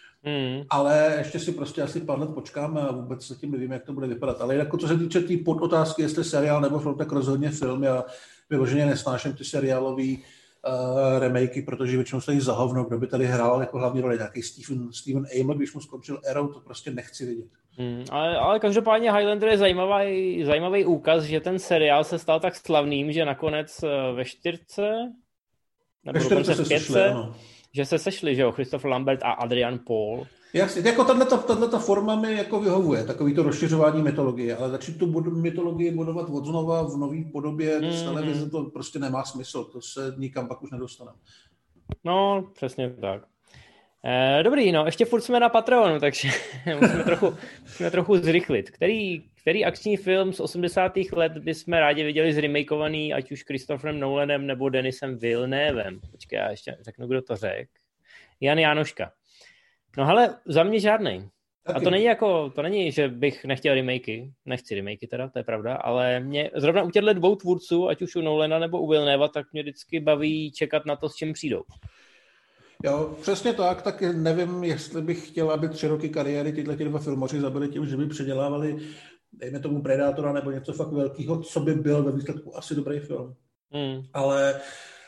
Ale ještě si prostě asi pár let počkáme a vůbec zatím nevím, jak to bude vypadat. Ale jako co se týče té podotázky, jestli seriál nebo film, tak rozhodně film. Já vyloženě nesnáším ty seriálový remakey, protože většinou stojí za hovno, kdo by tady hrál jako hlavní roli, nějaký Stephen Amell, když mu skončil Arrow, to prostě nechci vidět. Ale každopádně Highlander je zajímavý úkaz, že ten seriál se stal tak slavným, že nakonec ve 4, nebo dokonce v 5, že se sešli, že jo, Christopher Lambert a Adrian Paul. Jasně, jako tato forma mi jako vyhovuje, takový to rozšiřování mytologie, ale začít tu mytologii budovat od znova v nový podobě z televize, to prostě nemá smysl, to se nikam pak už nedostane. No, přesně tak. Dobrý, no, ještě furt jsme na Patreonu, takže musíme trochu zrychlit. Který akční film z 80. let bychom rádi viděli zremakeovaný, ať už Christopherem Nolanem nebo Denisem Villenevem? Počkej, já ještě řeknu, kdo to řekl. Jan Jánoška. No hele, za mě žádnej. A to není, že bych nechtěl remakey, nechci remakey teda, to je pravda, ale mě zrovna u těchto dvou tvůrců, ať už u Nolana nebo u Villeneva, tak mě vždycky baví čekat na to, s čím přijdou. Jo, přesně tak nevím, jestli bych chtěl, aby 3 roky kariéry tyhle dva filmaři zabili tím, že by předělávali, dejme tomu Predátora nebo něco fakt velkého, co by byl ve výsledku asi dobrý film. Ale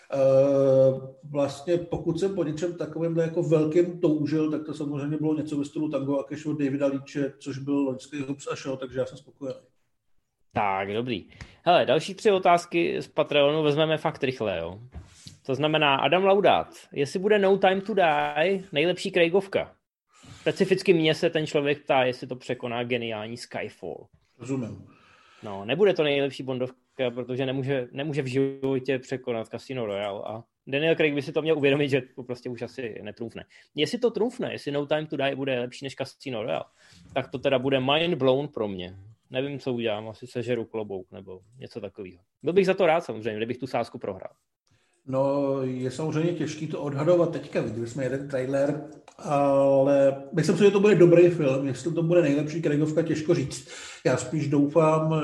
vlastně pokud jsem po něčem takovémhle jako velkým toužil, tak to samozřejmě bylo něco ve stylu Tango a Cash od Davida Leitche, což byl loňský Hobbs a Shaw, takže já jsem spokojený. Tak, dobrý. Hele, další 3 otázky z Patreonu vezmeme fakt rychle, jo. To znamená Adam Laudát, jestli bude No Time to Die nejlepší Craigovka. Specificky mě se ten člověk ptá, jestli to překoná geniální Skyfall. Rozumím. No, nebude to nejlepší Bondovka, protože nemůže v životě překonat Casino Royale a Daniel Craig by si to měl uvědomit, že to prostě už asi netrůfne. Jestli to trůfne, jestli No Time to Die bude lepší než Casino Royale, tak to teda bude mind blown pro mě. Nevím, co udělám, asi sežeru klobouk nebo něco takového. Byl bych za to rád samozřejmě, kdybych tu sázku prohrál. No, je samozřejmě těžký to odhadovat teďka. Viděli jsme jeden trailer, ale myslím si, že to bude dobrý film. Jestli to bude nejlepší Craigovka, těžko říct. Já spíš doufám,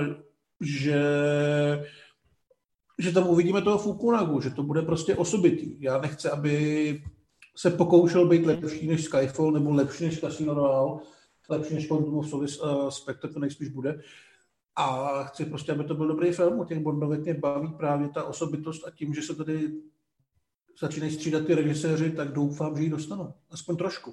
že tam uvidíme toho Fukunagu, že to bude prostě osobitý. Já nechci, aby se pokoušel být lepší než Skyfall nebo lepší než Casino Royale, lepší než Quantum of Solace, Spectre to nejspíš bude. A chci prostě, aby to byl dobrý film. U těch Bondovek mě baví právě ta osobitost a tím, že se tady začínají střídat ty režiséři, tak doufám, že ji dostanou. Aspoň trošku.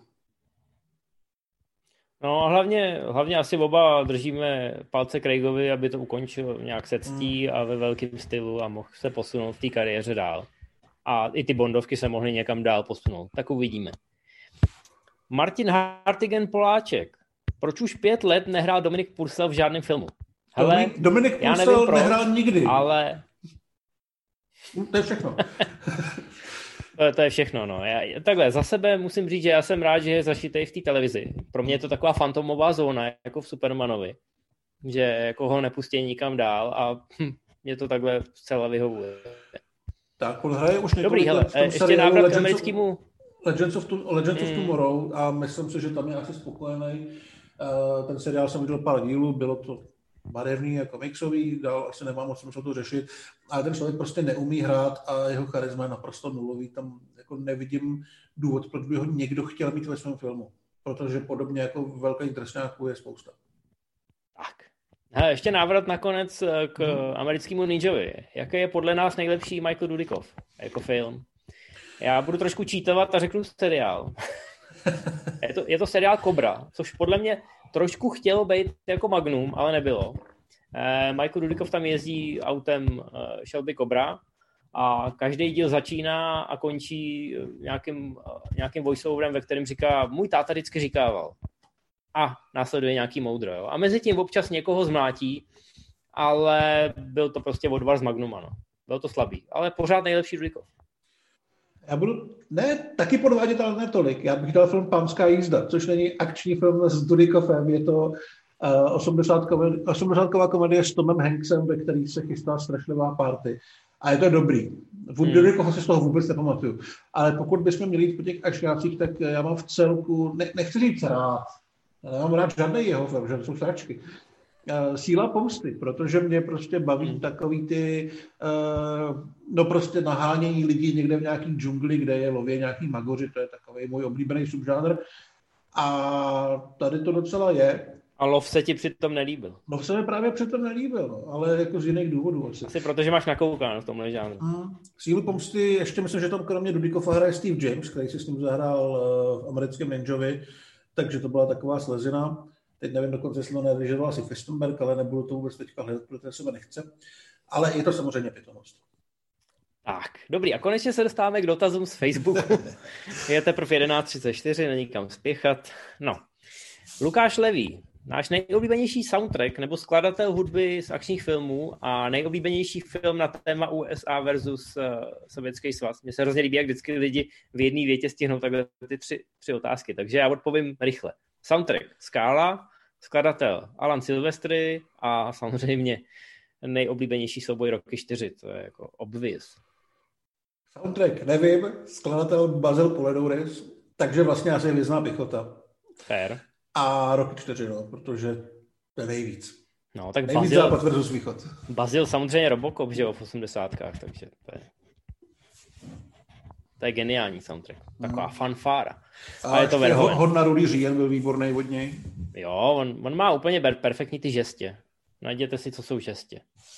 No a hlavně asi oba držíme palce Craigovi, aby to ukončil nějak se ctí a ve velkém stylu a mohl se posunout v té kariéře dál. A i ty Bondovky se mohly někam dál posunout. Tak uvidíme. Martin Hartigen Poláček. Proč už 5 let nehrál Dominik Purcell v žádném filmu? Hele, Dominik Purcell nehrál nikdy. Ale... To je všechno. To je všechno, no. Takhle, za sebe musím říct, že já jsem rád, že je zašitej v té televizi. Pro mě je to taková fantomová zóna, jako v Supermanovi. Že jako ho nepustí nikam dál a mě to takhle zcela vyhovuje. Tak, on hraje už několik let v tom ještě návrat k americkému... Legends of Tomorrow a myslím si, že tam je asi spokojený. Ten seriál jsem viděl pár dílů, bylo to barevný a komiksový, dál asi nemám moc co to řešit, ale ten člověk prostě neumí hrát a jeho charisma je naprosto nulový, tam jako nevidím důvod, proč by ho někdo chtěl mít ve svém filmu, protože podobně jako velkých drsňáků je spousta. Tak. Hele, ještě návrat nakonec k americkému ninjovi. Jaký je podle nás nejlepší Michael Dudikoff jako film? Já budu trošku čítovat a řeknu seriál. Je to seriál Cobra, což podle mě trošku chtělo být jako Magnum, ale nebylo. Michael Dudikoff tam jezdí autem Shelby Cobra a každý díl začíná a končí nějakým voiceoverem, ve kterém říká, můj táta vždycky říkával. A následuje nějaký moudro. Jo? A mezi tím občas někoho zmlátí, ale byl to prostě odvar z Magnuma. No. Byl to slabý, ale pořád nejlepší Dudikoff. Já budu, taky podvádět, ale ne tolik. Já bych dal film Pánská jízda, což není akční film s Dudikoffem, je to 80ková komedie s Tomem Hanksem, ve který se chystá strašlivá party. A je to dobrý. Koho se z toho vůbec nepamatuju. Ale pokud bychom měli jít po těch akčňácích, tak já mám v celku, nechci říct rád, já nemám rád žádný jeho film, že to jsou sračky. Síla pomsty, protože mě prostě baví takový ty prostě nahánění lidí někde v nějaký džungli, kde je lově nějaký magoři, to je takový můj oblíbený subžánr. A tady to docela je. A lov se ti přitom nelíbil. Lov se mi právě přitom nelíbil, no, ale jako z jiných důvodů. Asi protože máš nakoukáno v tomhle žánru. Sílu pomsty, ještě myslím, že tam kromě Dudikofa hraje Steve James, který si s ním zahrál v Americkém Ninjovi, takže to byla taková slezina. Teď nevím dokonce, jestli to nerežíroval asi Fistenberg, ale nebudu to vůbec teďka hledat, protože se nechce. Ale je to samozřejmě pitomost. Tak, dobrý. A konečně se dostáváme k dotazům z Facebooku. Je teprve 11:34, není kam spěchat. No. Lukáš Levý. Náš nejoblíbenější soundtrack nebo skladatel hudby z akčních filmů a nejoblíbenější film na téma USA versus Sovětský svaz. Mně se hrozně líbí, jak vždycky lidi v jedné větě stihnou takhle ty tři otázky. Takže já odpovím rychle. Soundtrack Skála, skladatel Alan Silvestri a samozřejmě nejoblíbenější souboj Rocky 4. To je jako obvious. Soundtrack nevím, skladatel Basil Poledouris, takže vlastně asi vyzná Pichota. Fair. A Rocky 4, no, protože to je nejvíc. No, tak nejvíc západ versus východ. Basil samozřejmě Robocop, že jo, v 80kách, takže to je geniální soundtrack. Taková fanfára. A je to Verhoeven. Hodna Rudy Říjen byl výborný od něj. Jo, on má úplně perfektní ty žestě. Najděte si, co jsou žestě.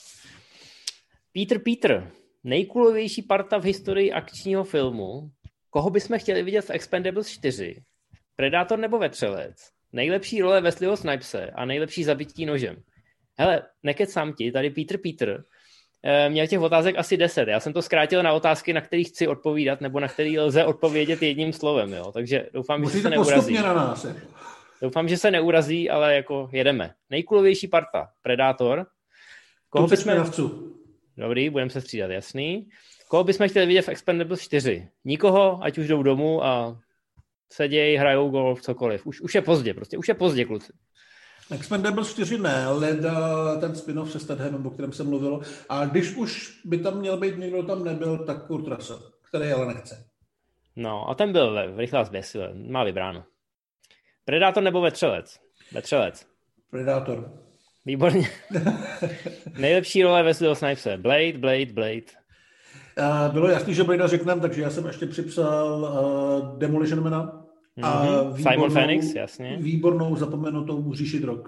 Peter. Nejkulovější parta v historii akčního filmu. Koho bychom chtěli vidět v Expendables 4? Predátor nebo Vetřelec? Nejlepší role Wesleyho Snipese a nejlepší zabití nožem. Hele, nekecám ti, tady Peter měl těch otázek asi 10. Já jsem to zkrátil na otázky, na kterých chci odpovídat, nebo na který lze odpovědět jedním slovem, jo. Takže doufám, že se neurazí. Na nás. Doufám, že se neurazí, ale jako jedeme. Nejkulovější parta, Predátor. Koho bychom... Dobrý, budeme se střídat, jasný. Koho bychom chtěli vidět v Expendables 4? Nikoho, ať už jdou domů a sedějí, hrajou golf, cokoliv. Už je pozdě, kluci. Expendables 4 ne, ale ten spin-off se Stathamem, o kterém se mluvilo. A když už by tam měl být někdo, tam nebyl, tak Kurt Russell, který ale nechce. No a ten byl rychlá zběsile, má vybráno. Predátor nebo Vetřelec? Vetřelec. Predátor. Výborně. Nejlepší role Wesleyho Snipese. Blade. Bylo jasný, že Bladea řekneme, takže já jsem ještě připsal Demolition Mana. Simon Phoenix, jasně. Výbornou zapomenutou Říši drog.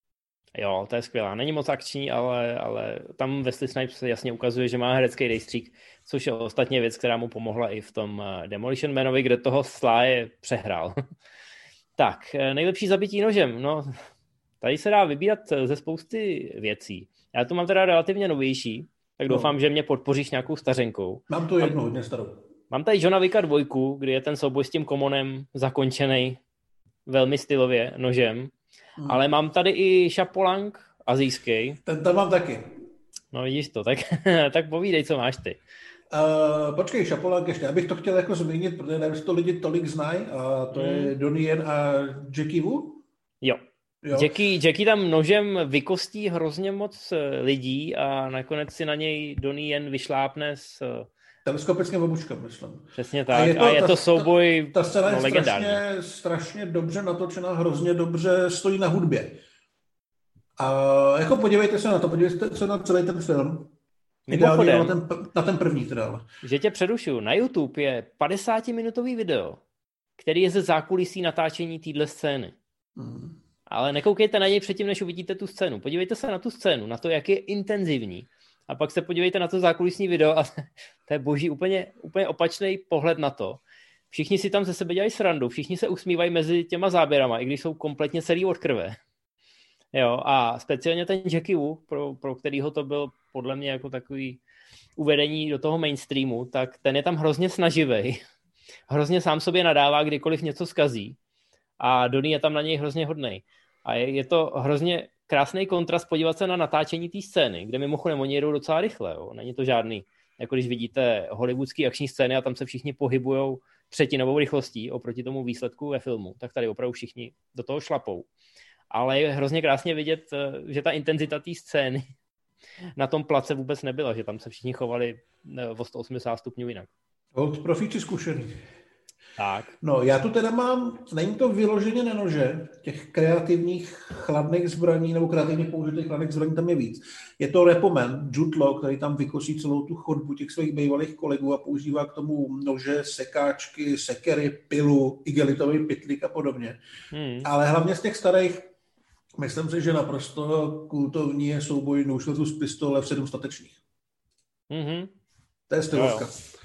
Jo, to je skvělá. Není moc akční, ale tam Wesley Snipes jasně ukazuje, že má herecký rejstřík, což je ostatně věc, která mu pomohla i v tom Demolition Manovi, kde toho Sláje přehrál. Tak, nejlepší zabití nožem. No, tady se dá vybírat ze spousty věcí. Já tu mám teda relativně novější, tak doufám, že mě podpoříš nějakou stařenkou. Mám tu jednu hodně starou. Mám tady Johna Wicka 2, kdy je ten souboj s tím komonem zakončený velmi stylově nožem. Ale mám tady i Šapolang azijský. Ten tam mám taky. No vidíš to, tak povídej, co máš ty. Počkej, Šapolang ještě. Já bych to chtěl jako zmínit, protože nevím, to lidi tolik znají. A to je Donnie Yen a Jackie Wu. Jo. Jackie tam nožem vykostí hrozně moc lidí a nakonec si na něj Donnie Yen vyšlápne s teleskopickým obučkem, myslím. Přesně tak. Je to souboj ta scéna je strašně dobře natočená, hrozně dobře stojí na hudbě. A jako podívejte se na celý ten film. Ideálně na ten první teda. Že tě předušuju. Na YouTube je 50-minutový video, který je ze zákulisí natáčení téhle scény. Ale nekoukejte na něj předtím, než uvidíte tu scénu. Podívejte se na tu scénu, na to, jak je intenzivní. A pak se podívejte na to zákulisní video a to je boží úplně opačný pohled na to. Všichni si tam ze sebe dělají srandu, všichni se usmívají mezi těma záběrama, i když jsou kompletně celý od krve. Jo, a speciálně ten Jackie Wu, pro kterýho to byl podle mě jako takový uvedení do toho mainstreamu, tak ten je tam hrozně snaživej. Hrozně sám sobě nadává, kdykoliv něco zkazí. A Donnie je tam na něj hrozně hodnej. A je to hrozně krásný kontrast podívat se na natáčení té scény, kde mimochodem oni jedou docela rychle. Jo. Není to žádný, jako když vidíte hollywoodský akční scény a tam se všichni pohybujou třetinovou rychlostí oproti tomu výsledku ve filmu, tak tady opravdu všichni do toho šlapou. Ale je hrozně krásně vidět, že ta intenzita té scény na tom place vůbec nebyla, že tam se všichni chovali o 180 stupňů jinak. Od profíci zkušený. Tak. No, já tu teda mám, není to vyloženě na nože, těch kreativních chladných zbraní nebo kreativně použitých chladných zbraní tam je víc. Je to Repoman, Jude Law, který tam vykosí celou tu chodbu těch svých bývalých kolegů a používá k tomu nože, sekáčky, sekery, pilu, igelitový pytlík a podobně. Ale hlavně z těch starých, myslím si, že naprosto kultovní je souboj nůž versus pistole v 7 statečných. To je stylovka.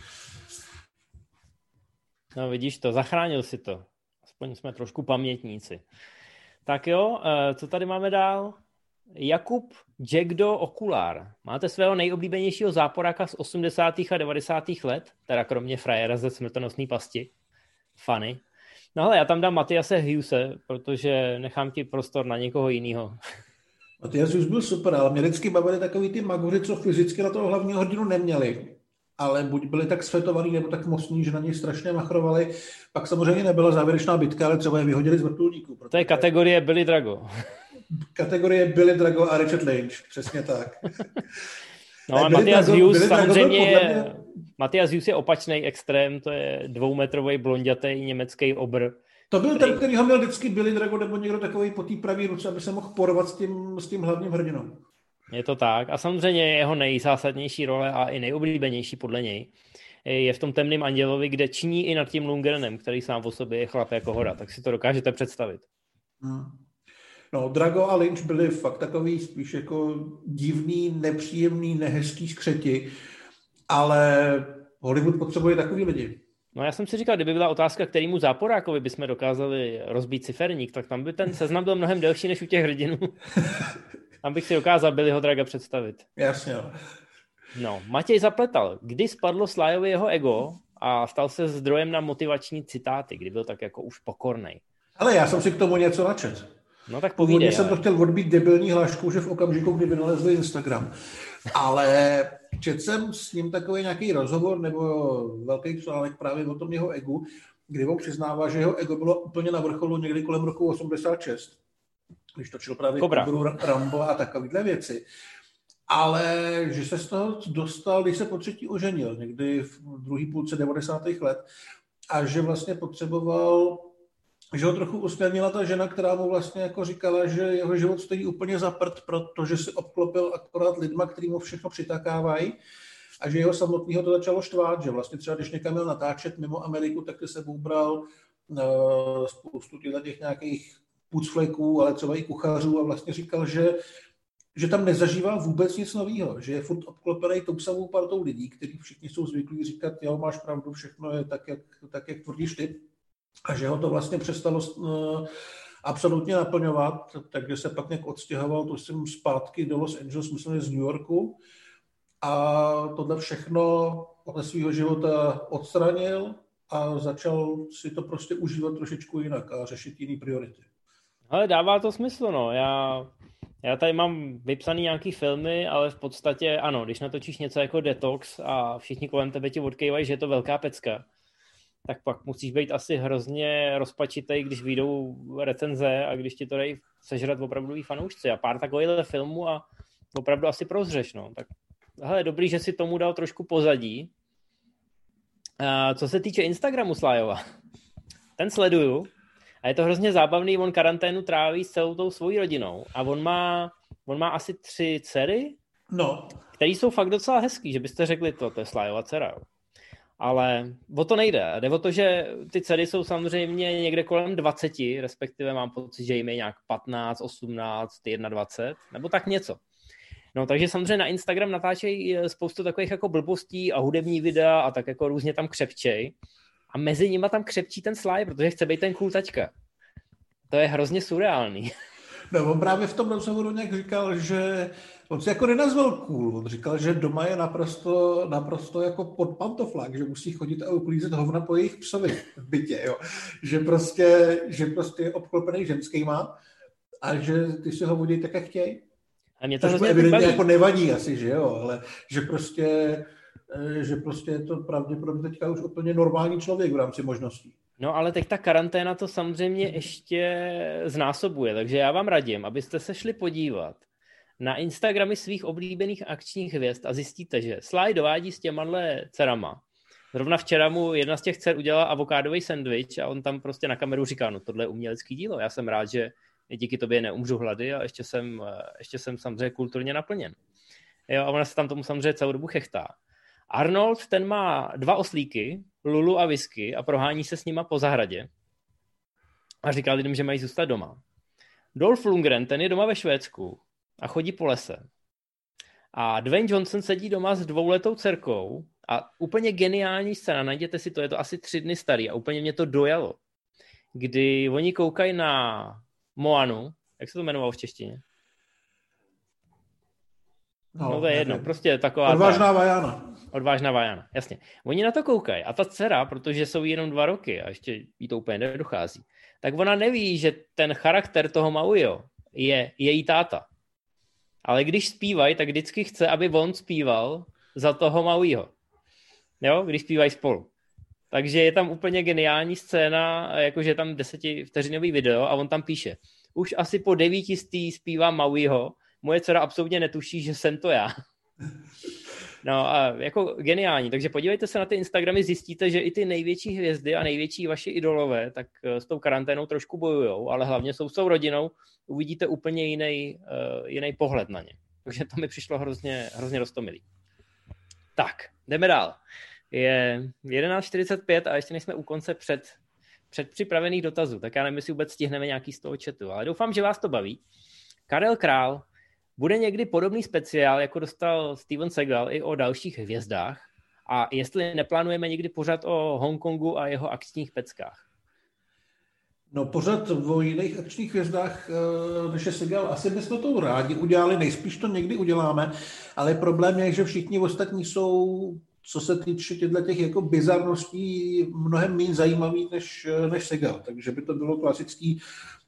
No vidíš to, zachránil si to. Aspoň jsme trošku pamětníci. Tak jo, co tady máme dál? Jakub Jackdo Okulár. Máte svého nejoblíbenějšího záporáka z 80. a 90. let? Teda kromě frajera ze smrtonosné pasti. Funny. No ale já tam dám Matthiase Hughese, protože nechám ti prostor na někoho jiného. Matthias Hughes byl super, ale mě vždycky bavili takový ty magoři, co fyzicky na toho hlavního hrdinu neměli. Ale buď byli tak svetovaní, nebo tak mocní, že na něj strašně machrovali. Pak samozřejmě nebyla závěrečná bitka, ale třeba je vyhodili z vrtulníku. To je kategorie Billy Drago. Kategorie Billy Drago a Richard Lynch, přesně tak. No a Matthias Hughes samozřejmě je... Matthias Hughes je opačný extrém, to je 2metrový blondětý německý obr. To byl ten, který ho měl vždycky Billy Drago nebo někdo takový po té pravé ruce, aby se mohl porvat s tím hlavním hrdinou. Je to tak. A samozřejmě jeho nejzásadnější role a i nejoblíbenější podle něj je v tom Temném andělovi, kde činí i nad tím Lundgrenem, který sám o sobě je chlap jako hora. Tak si to dokážete představit. No, Drago a Lynch byli fakt takový spíš jako divný, nepříjemný, nehezký skřeti, ale Hollywood potřebuje takový lidi. No já jsem si říkal, kdyby byla otázka, kterýmu záporákovi bychom dokázali rozbít ciferník, tak tam by ten seznam byl mnohem delší než u těch hrdinů. Tam bych si dokázal Billyho Draga představit. Jasně. No, Matěj Zapletal. Kdy spadlo Slyovi jeho ego a stal se zdrojem na motivační citáty, kdy byl tak jako už pokornej? Ale já jsem si k tomu něco načet. No tak povídej. Původně jsem to chtěl odbít debilní hlášku, že v okamžiku, kdy vynalezli Instagram. Ale četl jsem s ním takový nějaký rozhovor nebo velký článek právě o tom jeho egu, kdy on přiznává, že jeho ego bylo úplně na vrcholu někdy kolem roku 86. Když točil právě Kobru, Rambo a takovýhle věci. Ale že se z toho dostal, když se po třetí oženil, někdy v druhé půlce 90. let, a že vlastně potřeboval, že ho trochu usměrnila ta žena, která mu vlastně jako říkala, že jeho život stojí úplně za prd, protože si obklopil akorát lidma, který mu všechno přitakávají, a že jeho samotného to začalo štvát, že vlastně třeba když někam měl natáčet mimo Ameriku, tak se sebou bral spoustu těch nějakých pucfleků, ale třeba i kuchařů, a vlastně říkal, že tam nezažívá vůbec nic nového, že je furt obklopený tou samou partou lidí, kteří všichni jsou zvyklí říkat, jo, máš pravdu, všechno je tak, jak tvrdíš ty, a že ho to vlastně přestalo absolutně naplňovat, takže se pak nějak odstěhoval, to jsem zpátky do Los Angeles, myslím, z New Yorku, a tohle všechno od svého života odstranil a začal si to prostě užívat trošičku jinak a řešit jiný priority. Ale dává to smysl, no. Já tady mám vypsaný nějaký filmy, ale v podstatě ano, když natočíš něco jako Detox a všichni kolem tebe ti odkejvají, že je to velká pecka, tak pak musíš být asi hrozně rozpačitej, když vyjdou recenze a když ti to dají sežrat opravdu i fanoušci. A pár takovýchhle filmů a opravdu asi prozřeš, no. Tak hele, dobrý, že si tomu dal trošku pozadí. A co se týče Instagramu Slyova, ten sleduju a je to hrozně zábavný, on karanténu tráví s celou tou svojí rodinou a on má asi 3 dcery, no, které jsou fakt docela hezký, že byste řekli to je Slyova dcera. Ale o to nejde. Jde o to, že ty dcery jsou samozřejmě někde kolem 20, respektive mám pocit, že jim je nějak 15, 18, 21, nebo tak něco. No, takže samozřejmě na Instagram natáčejí spoustu takových jako blbostí a hudební videa a tak jako různě tam křepčej. A mezi nima tam křepčí ten Sly, protože chce být ten cool taťka. To je hrozně surreální. No, on právě v tom rozhovoru nějak říkal, že on se jako nenazval cool. On říkal, že doma je naprosto jako pod pantoflák, že musí chodit a uklízet hovna po jejich psovi v bytě, jo. Že prostě je obklopený ženskýma a že ty si ho vodí tak, jak chtějí. A mě to hrozně evidentně jako nevadí asi, že jo, ale že prostě je to pravděpodobně teďka už úplně normální člověk v rámci možností. No ale teď ta karanténa to samozřejmě ještě znásobuje, takže já vám radím, abyste se šli podívat na Instagramy svých oblíbených akčních hvězd a zjistíte, že Sly dovádí s těmahle dcerama. Zrovna včera mu jedna z těch dcer udělala avokádový sendvič a on tam prostě na kameru říká, no tohle je umělecký dílo, já jsem rád, že díky tobě neumřu hlady a ještě jsem samozřejmě kulturně naplněn. Jo, a ona se tam tomu samozřejmě celou dobu chechtá. Arnold, ten má 2 oslíky, Lulu a Whisky a prohání se s nima po zahradě a říká lidem, že mají zůstat doma. Dolph Lundgren, ten je doma ve Švédsku a chodí po lese. A Dwayne Johnson sedí doma s 2letou dcerkou a úplně geniální scéna, najděte si to, je to asi 3 dny starý a úplně mě to dojalo. Kdy oni koukají na Moanu, jak se to jmenovalo v češtině? No to je jedno, prostě taková... Odvážná Vajana, jasně. Oni na to koukají a ta dcera, protože jsou jí jenom 2 roky a ještě jí to úplně nedochází, tak ona neví, že ten charakter toho Mauiho je její táta. Ale když zpívají, tak vždycky chce, aby on zpíval za toho Mauiho. Jo, když zpívají spolu. Takže je tam úplně geniální scéna, jakože je tam 10vteřinový video a on tam píše, už asi po 9 zpívám Mauiho, moje dcera absolutně netuší, že jsem to já. No a jako geniální, takže podívejte se na ty Instagramy, zjistíte, že i ty největší hvězdy a největší vaši idolové tak s tou karanténou trošku bojujou, ale hlavně jsou s tou rodinou, uvidíte úplně jiný pohled na ně. Takže to mi přišlo hrozně roztomilý. Tak, jdeme dál. Je 11:45 a ještě nejsme u konce předpřipravených dotazů, tak já nevím, jestli vůbec stihneme nějaký z toho chatu, ale doufám, že vás to baví. Karel Král, bude někdy podobný speciál, jako dostal Steven Seagal i o dalších hvězdách? A jestli neplánujeme někdy pořad o Hongkongu a jeho akčních peckách? No pořad o jiných akčních hvězdách, než je Seagal, asi bychom to rádi udělali, nejspíš to někdy uděláme, ale problém je, že všichni ostatní jsou, co se týče těch jako bizarností, mnohem méně zajímavý než Seagal, takže by to bylo klasický,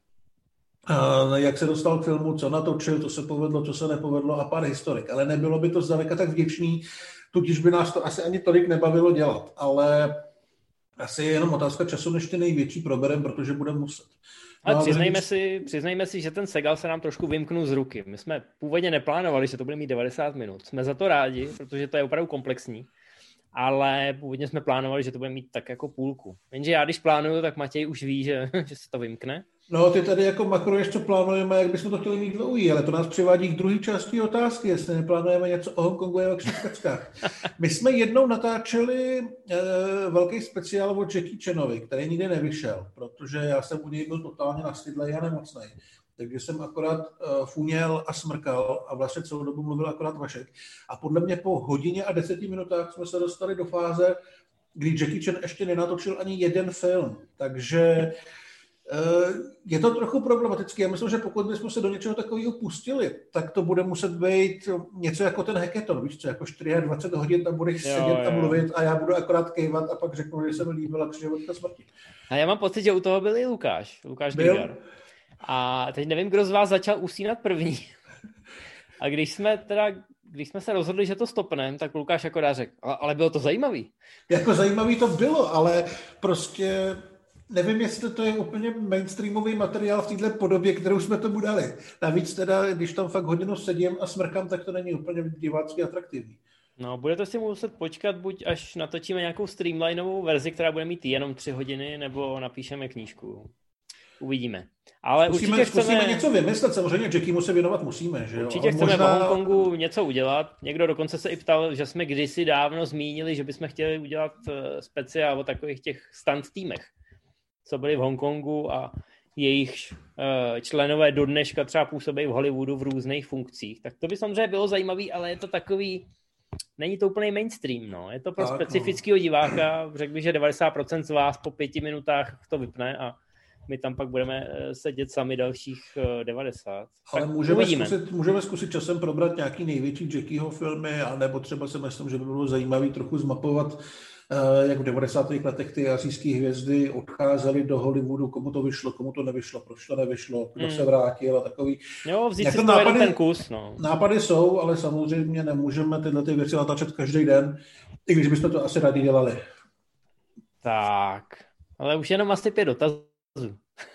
jak se dostal k filmu, co natočil, co se povedlo, co se nepovedlo a pár historik. Ale nebylo by to zdaleka tak vděčný, tudíž by nás to asi ani tolik nebavilo dělat. Ale asi je jenom otázka času, než ty největší proberem, protože budeme muset. Ale přiznejme si, že ten Seagal se nám trošku vymknul z ruky. My jsme původně neplánovali, že to bude mít 90 minut. Jsme za to rádi, protože to je opravdu komplexní. Ale původně jsme plánovali, že to bude mít tak jako půlku. Jenže já, když plánuju, tak Matěj už ví, že se to vymkne. No, ty tady jako makruješ, co plánujeme, jak bychom to chtěli mít dlouhý, ale to nás přivádí k druhé části otázky, jestli neplánujeme něco o Hongkongu a akčních peckách. My jsme jednou natáčeli velký speciál o Jackie Chanovi, který nikdy nevyšel, protože já jsem u něj byl totálně nastydlej a nemocnej. Takže jsem akorát funěl a smrkal a vlastně celou dobu mluvil akorát Vašek. A podle mě po hodině a 10 minutách jsme se dostali do fáze, kdy Jackie Chan ještě nenatočil ani jeden film. Takže je to trochu problematické. Já myslím, že pokud bychom se do něčeho takového pustili, tak to bude muset být něco jako ten hackathon, víš co, jako 24 hodin tam budeš sedět a mluvit a já budu akorát kejvat a pak řeknu, že se mi líbila křižovatka smrti. A já mám pocit, že u toho byl i Lukáš Dygar. A teď nevím, kdo z vás začal usínat první. A když jsme se rozhodli, že to stopneme, tak Lukáš akorát řekl, ale bylo to zajímavý. Jako zajímavý to bylo, ale prostě nevím, jestli to je úplně mainstreamový materiál v této podobě, kterou jsme tomu dali. Navíc teda, když tam fakt hodinu sedím a smrkám, tak to není úplně divácky atraktivní. No, budete si muset počkat, buď až natočíme nějakou streamlinovou verzi, která bude mít jenom 3 hodiny, nebo napíšeme knížku. Uvidíme. Ale zkusíme něco vymyslet, samozřejmě Jackiemu se věnovat musíme. Že jo? Určitě chceme v Hongkongu něco udělat. Někdo dokonce se i ptal, že jsme kdysi dávno zmínili, že bychom chtěli udělat speciál o takových těch stunt týmech, co byli v Hongkongu a jejich členové do dneška třeba působí v Hollywoodu v různých funkcích. Tak to by samozřejmě bylo zajímavý, ale je to takový, není to úplný mainstream, no. Je to pro specifického diváka, řekl bych, že 90% z vás po 5 minutách to vypne a my tam pak budeme sedět sami dalších 90. Ale můžeme zkusit časem probrat nějaký největší Jackieho filmy, anebo třeba si myslím, že by bylo zajímavý trochu zmapovat, jak v 90. letech ty asijské hvězdy odcházely do Hollywoodu, komu to vyšlo, komu to nevyšlo, proč to nevyšlo, kdo se vrátil a takový. Jo, vzít si nápady, ten kus. No. Nápady jsou, ale samozřejmě nemůžeme tyhle ty věci natáčet každý den, i když byste to asi rádi dělali. Tak, ale už jenom asi 5 dotazů.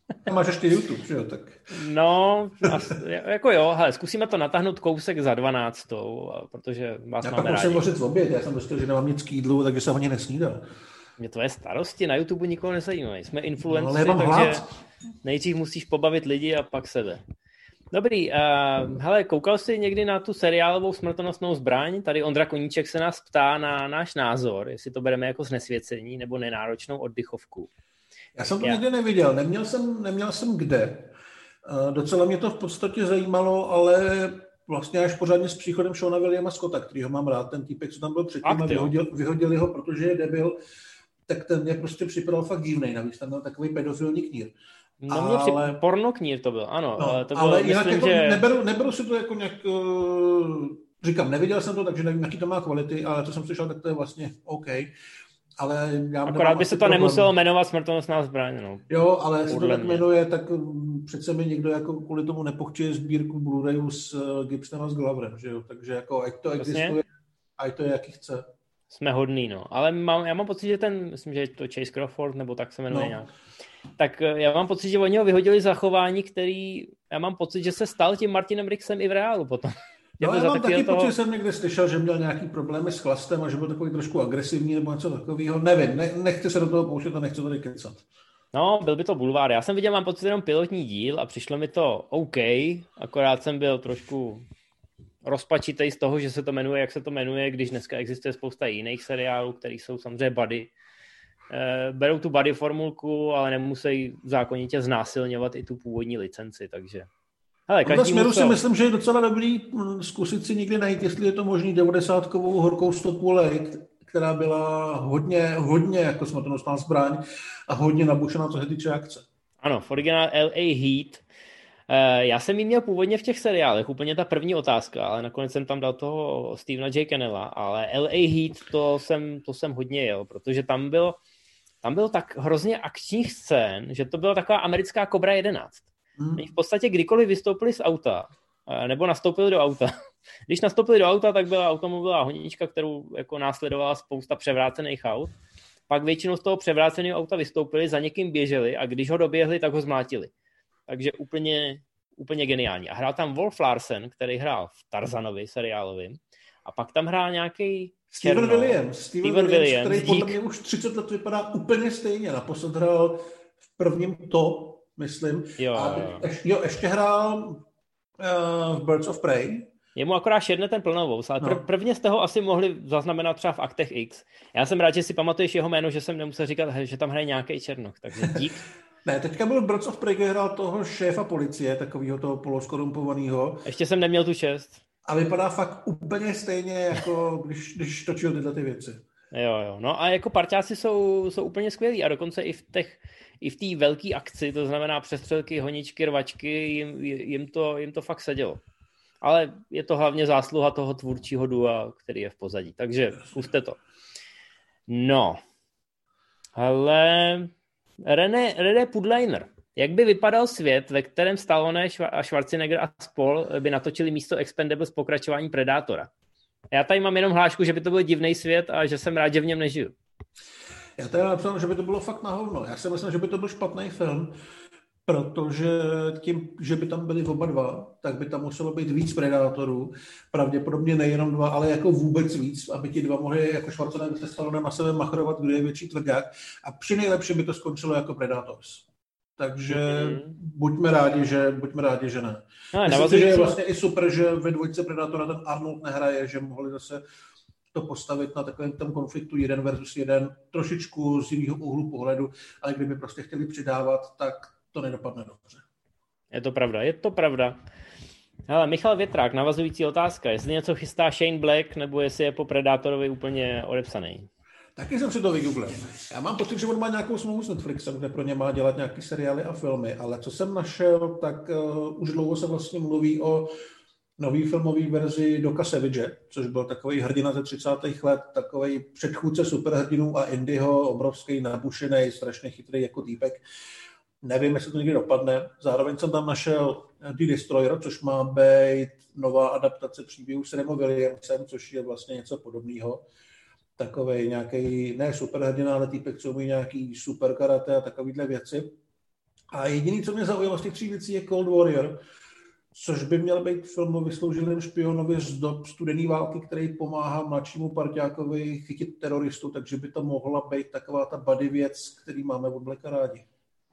A máš ještě YouTube, že jo, tak. No, jako jo, hele, zkusíme to natáhnout kousek za 12, protože vás Já máme pak musím rádi. vařit v oběd, já jsem dostal, že nemám nic k jídlu, takže jsem ani nesnídal. Mě tvoje starosti na YouTube nikoho nezajímají. Jsme No, ale já influenceri, mám takže hlad. nejdřív musíš pobavit lidi a pak sebe. Dobrý, hele, koukal jsi někdy na tu seriálovou Smrtonosnou zbraň? Tady Ondra Koníček se nás ptá na náš názor, jestli to bereme jako znesvěcení nebo nenáročnou oddychovku. Já jsem to nikdy neviděl, neměl jsem kde. Docela mě to v podstatě zajímalo, ale vlastně až pořádně s příchodem Shona Williama Scotta, kterýho mám rád, ten týpek, co tam byl předtím a vyhodili ho, protože je debil, tak ten mě prostě připadal fakt divnej, navíc tam byl takový pedofilní knír. No mě pornoknír to byl, ano. No, to bylo, ale jinak myslím, jako že... neberu si to jako nějak, říkám, neviděl jsem to, takže nevím, jaký to má kvality, ale to jsem slyšel, tak to je vlastně OK. Ale já akorát by se to nemuselo jmenovat Smrtonosná zbraň. No. Jo, ale jestli to tak jmenuje, tak přece mi někdo jako kvůli tomu nepochčuje sbírku Blu-rayů s Gibsonem a s Gloverem, že jo? Takže jako ať to existuje, ať to je jaký chce. Jsme hodný, no. Ale já mám pocit, že myslím, že je to Chase Crawford, nebo tak se jmenuje nějak. Tak já mám pocit, že oni ho vyhodili za chování, který, já mám pocit, že se stal tím Martinem Rixem i v reálu potom. No, já mám taky pocit, že jsem někde slyšel, že měl nějaký problémy s chlastem a že byl takový trošku agresivní nebo něco takového. Nevím, nechci se do toho pouštět a nechci tady kecat. No, byl by to bulvár. Já jsem viděl, mám pocit, jenom pilotní díl a přišlo mi to OK, akorát jsem byl trošku rozpačitej z toho, že se to jmenuje, jak se to jmenuje, když dneska existuje spousta jiných seriálů, které jsou samozřejmě buddy. Berou tu buddy formulku, ale nemusí zákonitě znásilňovat i tu původní licenci, takže... Hele, v tomto směru si myslím, že je docela dobrý zkusit si někdy najít, jestli je to možný 90kovou horkou stopu Lake, která byla hodně jako Smrtonosná zbraň a hodně nabušená, co se týče akce. Ano, v originále L.A. Heat. Já jsem ji měl původně v těch seriálech, úplně ta první otázka, ale nakonec jsem tam dal toho Stevena J. Cannella, ale L.A. Heat to jsem hodně jel, protože tam bylo tak hrozně akčních scén, že to byla taková americká Cobra 11. V podstatě kdykoliv vystoupili z auta, nebo nastoupili do auta. Když nastoupili do auta, tak byla automobilová honička, kterou jako následovala spousta převrácených aut. Pak většinou z toho převráceného auta vystoupili, za někým běželi a když ho doběhli, tak ho zmlátili. Takže úplně geniální. A hrál tam Wolf Larsen, který hrál v Tarzanovi seriálovým. A pak tam hrál nějaký Steven Williams, který podle mě už 30 let vypadá úplně stejně. Naposled hrál v prvním To, myslím. Ještě hrál v Birds of Prey. Jemu akorát šedne ten plnovous, ale prvně z toho asi mohli zaznamenat třeba v Aktech X. Já jsem rád, že si pamatuješ jeho jméno, že jsem nemusel říkat, že tam hraje nějaký černoch, takže dík. Ne, teďka byl v Birds of Prey, kde hrál toho šéfa policie, takového toho poloskorumpovaného. Ještě jsem neměl tu čest. A vypadá fakt úplně stejně, jako když točil tyhle ty věci. Jo. No a jako parťáci jsou úplně skvělí a dokonce i v té velké akci, to znamená přestřelky, honičky, rvačky, jim to fakt sedělo. Ale je to hlavně zásluha toho tvůrčího dua, který je v pozadí. Takže puste to. No. Ale René Pudleiner. Jak by vypadal svět, ve kterém Stallone a Schwarzenegger a spol by natočili místo Expendables pokračování Predátora? Já tady mám jenom hlášku, že by to byl divný svět a že jsem rád, že v něm nežiju. Já tady napsal, že by to bylo fakt na hovno. Já si myslím, že by to byl špatný film, protože tím, že by tam byli oba dva, tak by tam muselo být víc Predátorů. Pravděpodobně nejenom dva, ale jako vůbec víc, aby ti dva mohli jako Schwarzenegger se Stallonem na sebe machrovat, kdo je větší tvrdák. A při nejlepším by to skončilo jako Predators. Takže buďme rádi, že ne. Myslím si, že je vlastně i super, že ve dvojce Predatora ten Arnold nehraje, že mohli zase to postavit na takovém tom konfliktu 1 versus 1, trošičku z jiného úhlu pohledu, ale kdyby prostě chtěli přidávat, tak to nedopadne dobře. Je to pravda. Hele, Michal Větrák, navazující otázka, jestli něco chystá Shane Black, nebo jestli je po Predátorovi úplně odepsaný. Taky jsem si to vygooglil. Já mám pocit, že on má nějakou smlouvu s Netflixem, kde pro ně má dělat nějaké seriály a filmy, ale co jsem našel, tak už dlouho se vlastně mluví o nový filmový verzi Doka Savage, což byl takový hrdina ze 30. let, takový předchůdce superhrdinů a Indyho, obrovský, nabušený, strašně chytrý jako týpek. Nevím, jestli to někdy dopadne. Zároveň jsem tam našel The Destroyer, což má být nová adaptace příběhu s Remo Williamsem, což je vlastně něco podobného. Takovej nějaký, ne superhrdina, ale týpek, co umí nějaký super karate a takovýhle věci. A jediný, co mě zaujalo z těch 3 věcí, je Cold Warrior, což by měl být film o vysloužilém špionovi z dob studené války, který pomáhá mladšímu parťákovi chytit teroristu, takže by to mohla být taková ta buddy věc, který máme od Blacka rádi.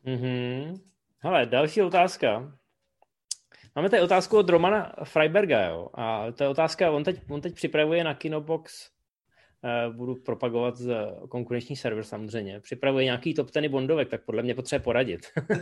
Hele, další otázka. Máme tady otázku od Romana Freiberga, jo? A to je otázka, on teď připravuje na Kinobox, budu propagovat z konkurenční server samozřejmě, připravuje nějaký top 10 bondovek, tak podle mě potřebuje poradit.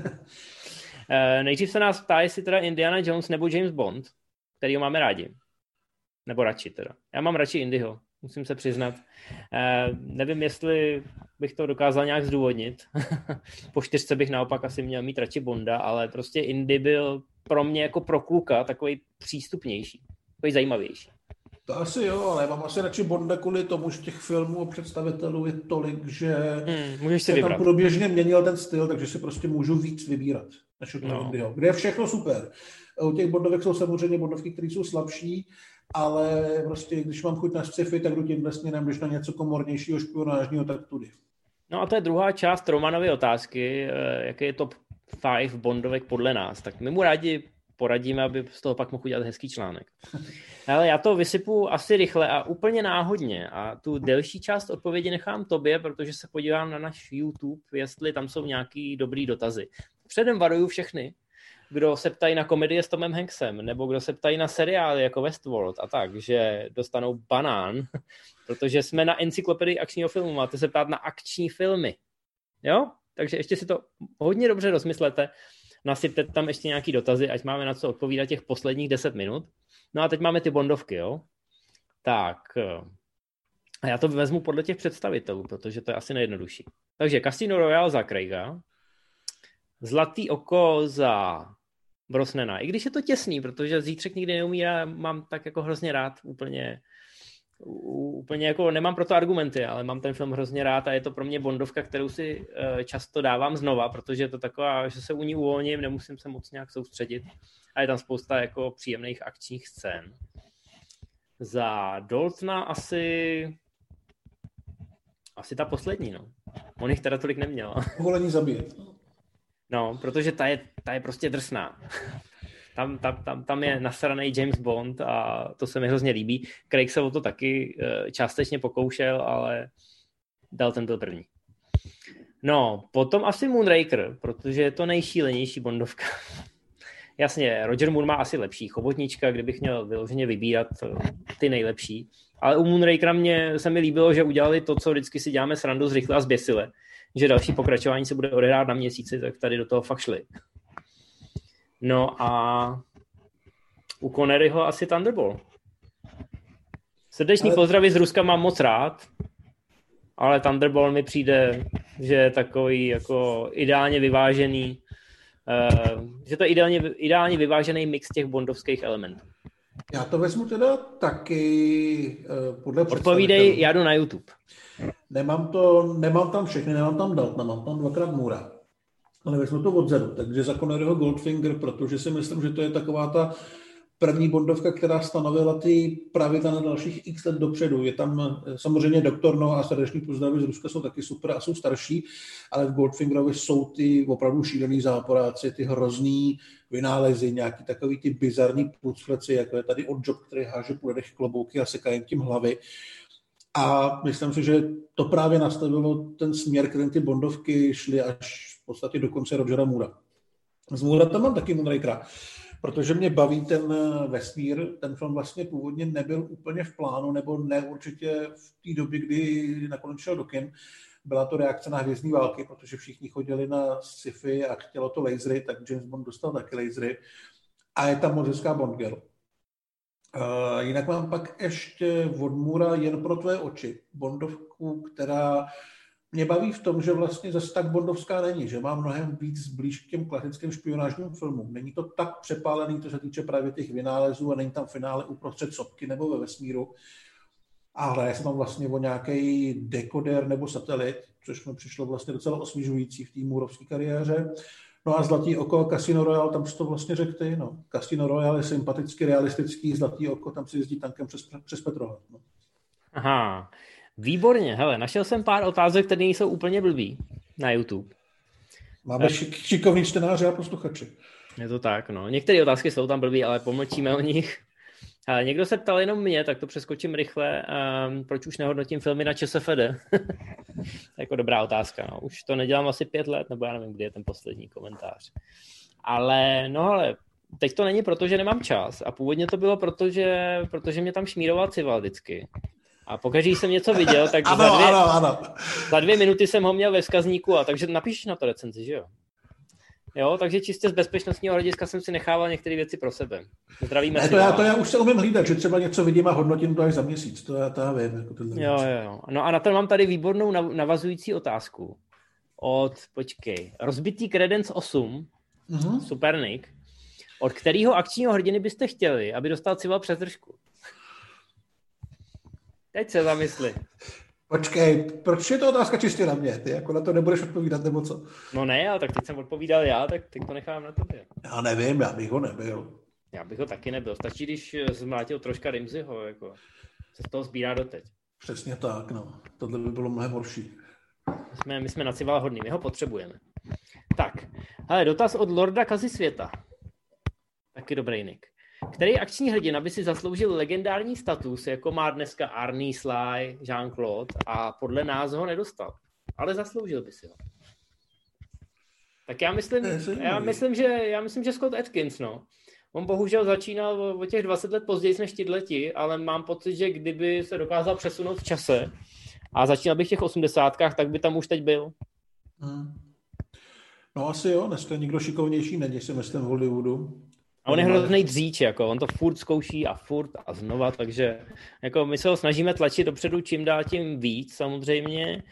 Nejdřív se nás ptá, jestli teda Indiana Jones nebo James Bond, kterýho máme rádi. Nebo radši teda. Já mám radši Indyho, musím se přiznat. Nevím, jestli bych to dokázal nějak zdůvodnit. Po 4 bych naopak asi měl mít radši Bonda, ale prostě Indy byl pro mě jako pro kluka takový přístupnější, takový zajímavější. To asi jo, ale mám asi radši Bonda kvůli tomu, že těch filmů a představitelů je tolik, že můžeš si vybrat. Tam průběžně měnil ten styl, takže si prostě můžu víc vybírat. Než kde je všechno super. U těch Bondovek jsou samozřejmě Bondovky, které jsou slabší, ale prostě když mám chuť na sci-fi, tak jdu tímhle směrem, když na něco komornějšího špionážního, tak tudy. No a to je druhá část Romanovy otázky, jaký je top 5 Bondovek podle nás. Tak my mu rádi poradíme, aby z toho pak mohl udělat hezký článek. Ale já to vysypu asi rychle a úplně náhodně a tu delší část odpovědi nechám tobě, protože se podívám na náš YouTube, jestli tam jsou nějaký dobrý dotazy. Předem varuju všechny, kdo se ptají na komedie s Tomem Hanksem, nebo kdo se ptají na seriály jako Westworld a tak, že dostanou banán, protože jsme na encyklopedii akčního filmu, máte se ptát na akční filmy. Jo? Takže ještě si to hodně dobře rozmyslete, nasypte tam ještě nějaký dotazy, ať máme na co odpovídat těch posledních 10 minut. No a teď máme ty Bondovky, jo? Tak, a já to vezmu podle těch představitelů, protože to je asi nejjednodušší. Takže Casino Royale za Craiga, Zlatý oko za Brosnana. I když je to těsný, protože Zítřek nikdy neumírá, mám tak jako hrozně rád, úplně jako nemám pro to argumenty, ale mám ten film hrozně rád a je to pro mě Bondovka, kterou si často dávám znova, protože je to taková, že se u ní uvolním, nemusím se moc nějak soustředit a je tam spousta jako příjemných akčních scén. Za Daltona asi ta poslední, no. On jich teda tolik neměl. Povolení zabíjet. No, protože ta je prostě drsná. Tam je nasranej James Bond a to se mi hrozně líbí. Craig se o to taky částečně pokoušel, ale Dalton byl první. No, potom asi Moonraker, protože je to nejšílenější Bondovka. Jasně, Roger Moore má asi lepší chobotnička, kdybych měl vyloženě vybírat ty nejlepší. Ale u Moonrakera se mi líbilo, že udělali to, co vždycky si děláme srandu z rychle a zběsile. Že další pokračování se bude odehrát na měsíci, tak tady do toho fakt šli. No a u Conneryho asi Thunderball. Srdeční pozdravy z Ruska mám moc rád, ale Thunderball mi přijde, že je takový jako ideálně vyvážený, že to je ideálně vyvážený mix těch bondovských elementů. Já to vezmu teda taky podle odpovídej, já jdu na YouTube. Nemám tam všechny, nemám tam Daltona, mám tam 2x Moora. Ale vezmu to odzadu, takže za Conneryho Goldfinger, protože si myslím, že to je taková ta první Bondovka, která stanovila ty pravidla na dalších x let dopředu. Je tam samozřejmě Doktor No a srdeční pozdravy z Ruska jsou taky super a jsou starší, ale v Goldfingerovi jsou ty opravdu šílený záporáci, ty hrozný vynálezy, nějaký takový ty bizarní pucleci, jako je tady Oddjob, který háže po ledech klobouky a seká jim tím hlavy. A myslím si, že to právě nastavilo ten směr, kterým ty Bondovky šly až v podstatě do konce Rogera Moora. Z Moora tam mám taky Moonrakera, protože mě baví ten vesmír. Ten film vlastně původně nebyl úplně v plánu, nebo ne určitě v té době, kdy nakonec šel do kin. Byla to reakce na Hvězdní války, protože všichni chodili na sci-fi a chtělo to lasery, tak James Bond dostal taky lasery. A je tam moc hezká Bond girl. Jinak mám pak ještě od Moora Jen pro tvé oči. Bondovku, která mě baví v tom, že vlastně zase tak bondovská není, že má mnohem víc blíž k těm klasickým špionážním filmům. Není to tak přepálený, co se týče právě těch vynálezů a není tam finále uprostřed sopky nebo ve vesmíru. A hraje se tam vlastně o nějaký dekoder nebo satelit, což mi přišlo vlastně docela osvěžující v té Moorovské kariéře. No a Zlatý oko, Casino Royale, tam si to vlastně řekl ty, no. Casino Royale je sympaticky, realistický, Zlatý oko, tam si jezdí tankem přes Petrohrad. No. Aha, výborně, hele, našel jsem pár otázek, které nejsou úplně blbý na YouTube. Máme šikovný čtenáře a posluchači. Je to tak, no. Některé otázky jsou tam blbý, ale pomlčíme o nich. Ale někdo se ptal jenom mě, tak to přeskočím rychle. Proč už nehodnotím filmy na ČSFD? Jako dobrá otázka, no. Už to nedělám asi 5 let, nebo já nevím, kdy je ten poslední komentář. Ale teď to není proto, že nemám čas. A původně to bylo protože mě tam šmíroval Cival vždycky. A pokaždé jsem něco viděl, tak za 2 minuty jsem ho měl ve vzkazníku, a takže napíšeš na to recenzi, že jo? Jo, takže čistě z bezpečnostního hlediska jsem si nechával některé věci pro sebe. Zdravíme si. To já už se umím hlídat, že třeba něco vidím a hodnotím to až za měsíc. To já vím. Jako jo. No a na to mám tady výbornou navazující otázku. Rozbitý Credence 8, super nick, od kterého akčního hrdiny byste chtěli, aby dostal Cival přes držku? Teď se zamysli. Počkej, proč je to otázka čistě na mě? Ty jako na to nebudeš odpovídat, nebo co? No ne, ale tak teď jsem odpovídal já, tak teď to nechám na tobě. Já nevím, já bych ho nebyl. Já bych ho taky nebyl. Stačí, když zmlátil troška Rimziho, jako se z toho sbírá doteď. Přesně tak, no. Tohle by bylo mnohem horší. My jsme na Civala hodný, my ho potřebujeme. Tak, hele, dotaz od Lorda Kazy světa. Taky dobrý nick. Který akční hrdina by si zasloužil legendární status, jako má dneska Arnie, Sly, Jean-Claude, a podle nás ho nedostal. Ale zasloužil by si ho. Tak já myslím, že Scott Adkins, no. On bohužel začínal o těch 20 let později než tihleti, ale mám pocit, že kdyby se dokázal přesunout v čase a začínal bych v těch 80kách, tak by tam už teď byl. No asi jo, dneska nikdo šikovnější není, si myslím, v Hollywoodu. A on je hrozný dříč, jako on to furt zkouší a znova, takže jako my se ho snažíme tlačit dopředu čím dál tím víc, samozřejmě.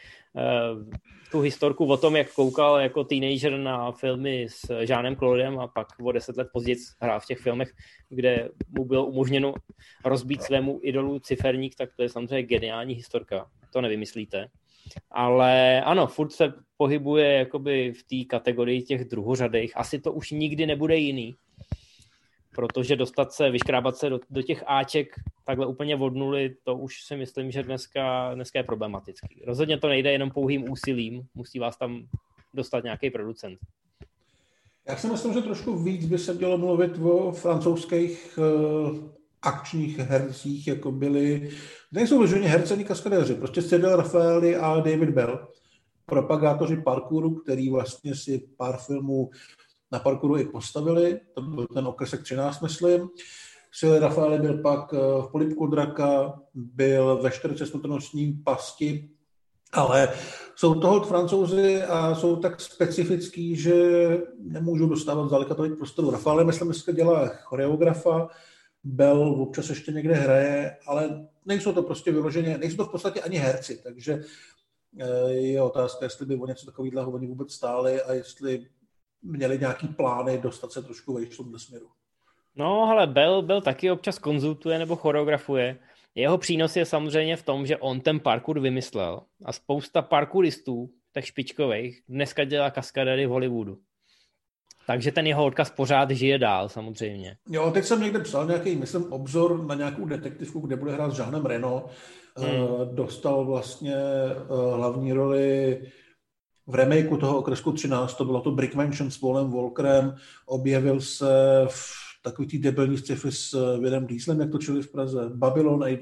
Tu historku o tom, jak koukal jako teenager na filmy s Jeanem Claudem a pak o 10 let později hrál v těch filmech, kde mu bylo umožněno rozbít svému idolu ciferník, tak to je samozřejmě geniální historka, to nevymyslíte. Ale ano, furt se pohybuje jakoby v té kategorii těch druhořadých, asi to už nikdy nebude jiný. Protože vyškrábat se do těch áček takhle úplně od nuly, to už si myslím, že dneska je problematický. Rozhodně to nejde jenom pouhým úsilím, musí vás tam dostat nějaký producent. Já si myslím, že trošku víc by se mělo mluvit o francouzských akčních hercích, jako byli, nejsou vyloženě herci ani kaskadéři, prostě Cyril Raffaelli a David Bell, propagátoři parkouru, který vlastně si pár filmů na parkouru i postavili, to byl ten okresek 13, myslím. Cyril Raffaelli byl pak v Polibku draka, byl ve 40-nutnostním pasti, ale jsou toho Francouzi a jsou tak specifický, že nemůžou dostávat zdaleka tolik prostoru. Raffaelli, myslím, dneska dělá choreografa, Bell občas ještě někde hraje, ale nejsou to prostě vyloženě, nejsou to v podstatě ani herci, takže je otázka, jestli by o něco takového oni vůbec stáli a jestli měli nějaký plány dostat se trošku vejš v tomhle směru. No, hele, Bell taky občas konzultuje nebo choreografuje. Jeho přínos je samozřejmě v tom, že on ten parkour vymyslel a spousta parkouristů, těch špičkových, dneska dělá kaskadéry v Hollywoodu. Takže ten jeho odkaz pořád žije dál, samozřejmě. Jo, teď jsem někde psal nějaký, myslím, obzor na nějakou detektivku, kde bude hrát s Jeanem Reno. Dostal vlastně hlavní roli v remakeu toho okresku 13, to bylo to Brick Mansion s Paulem Walkerem, objevil se v takový tý debilní sci-fi s Willem Dieselem, jak točili v Praze, Babylon AD.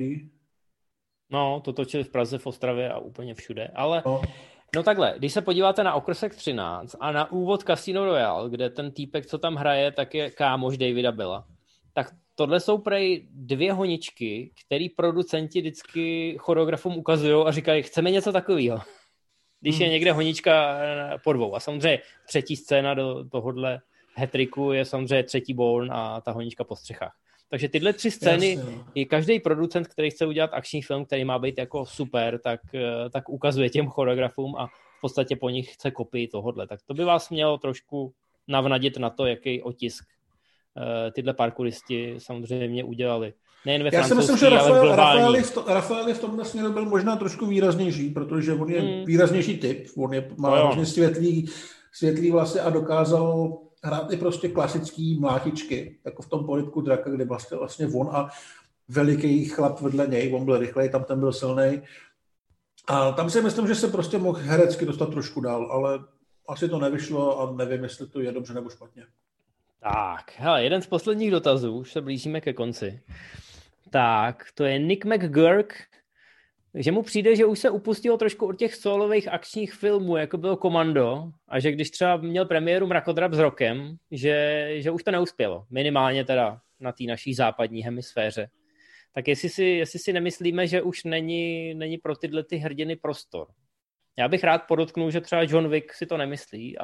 No, to točili v Praze, v Ostravě a úplně všude, ale no takhle, když se podíváte na okresek 13 a na úvod Casino Royale, kde ten týpek, co tam hraje, tak je kámoš Davida Bella, tak tohle jsou prej 2 honičky, který producenti vždycky choreografům ukazují a říkají, chceme něco takového. Když je někde honička po 2. A samozřejmě třetí scéna do tohohle hat-tricku je samozřejmě třetí Bourne a ta honička po střechách. Takže tyhle 3 scény, i každý producent, který chce udělat akční film, který má být jako super, tak ukazuje těm choreografům a v podstatě po nich chce kopii tohodle. Tak to by vás mělo trošku navnadit na to, jaký otisk tyhle parkouristi samozřejmě udělali. Nejen ve francouzský, ale globální. Raffaelli v tomhle směru byl možná trošku výraznější, protože on je výraznější typ, má hodně světlý vlasy a dokázal hrát i prostě klasický mlátičky, jako v tom Polibku draka, kde vlastně on a veliký chlap vedle něj, on byl rychlej, tam ten byl silnej. A tam si myslím, že se prostě mohl herecky dostat trošku dál, ale asi to nevyšlo a nevím, jestli to je dobře nebo špatně. Tak, hele, jeden z posledních dotazů, už se blížíme ke konci. Tak, to je Nick McGurk, že mu přijde, že už se upustilo trošku od těch solových akčních filmů, jako bylo Komando, a že když třeba měl premiéru Mrakodrap s Rockem, že už to neuspělo, minimálně teda na té naší západní hemisféře. Tak jestli si nemyslíme, že už není pro tyhle ty hrdiny prostor. Já bych rád podotknul, že třeba John Wick si to nemyslí,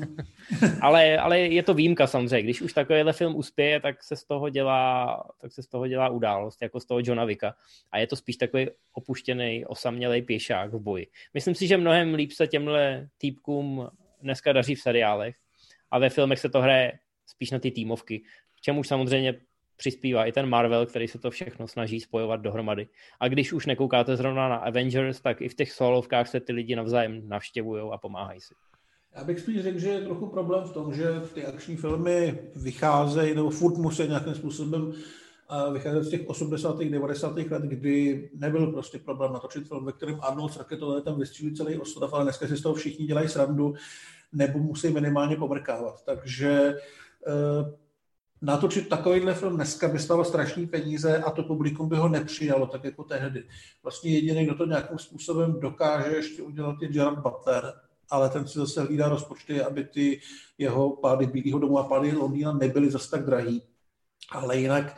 ale je to výjimka samozřejmě. Když už takovýhle film uspěje, tak se z toho dělá událost, jako z toho Johna Wicka. A je to spíš takový opuštěný, osamělej pěšák v boji. Myslím si, že mnohem líp se těmhle týpkům dneska daří v seriálech a ve filmech se to hraje spíš na ty týmovky, k čemuž samozřejmě přispívá i ten Marvel, který se to všechno snaží spojovat dohromady. A když už nekoukáte zrovna na Avengers, tak i v těch solovkách se ty lidi navzájem navštěvujou a pomáhají si. Já bych spíš řekl, že je trochu problém v tom, že ty akční filmy vycházejí, nebo furt musí nějakým způsobem vycházet z těch 80. 90. let, kdy nebyl prostě problém natočit film, ve kterém Arnold s raketoletem vystřílí celý ostrov, ale dneska si z toho všichni dělají srandu, nebo musí minimálně pomrkávat. Takže natočit takovýhle film dneska by stalo strašný peníze a to publikum by ho nepřijalo, tak jako tehdy. Vlastně jediný, kdo to nějakým způsobem dokáže ještě udělat, je Gerard Butler, ale ten si zase hlídá rozpočty, aby ty jeho pády Bílého domu a pády Londýna nebyly zase tak drahý. Ale jinak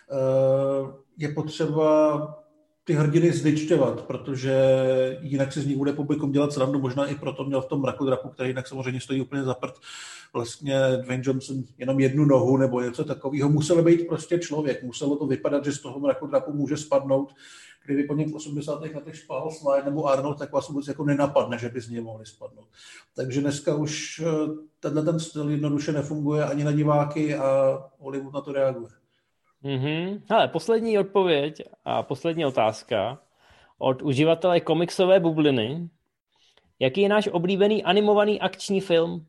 je potřeba ty hrdiny zličťovat, protože jinak si z nich bude publikum dělat srandu, možná i proto měl v tom Mrakodrapu, který jinak samozřejmě stojí úplně za prd, vlastně Dwayne Johnson jenom jednu nohu nebo něco takového. Musel být prostě člověk, muselo to vypadat, že z toho Mrakodrapu může spadnout. Kdyby po něm v 80. letech spál Sly nebo Arnold, tak vás vůbec jako nenapadne, že by z něj mohli spadnout. Takže dneska už ten styl jednoduše nefunguje ani na diváky a Hollywood na to reaguje. Hele, poslední odpověď a poslední otázka od uživatele komiksové bubliny. Jaký je náš oblíbený animovaný akční film?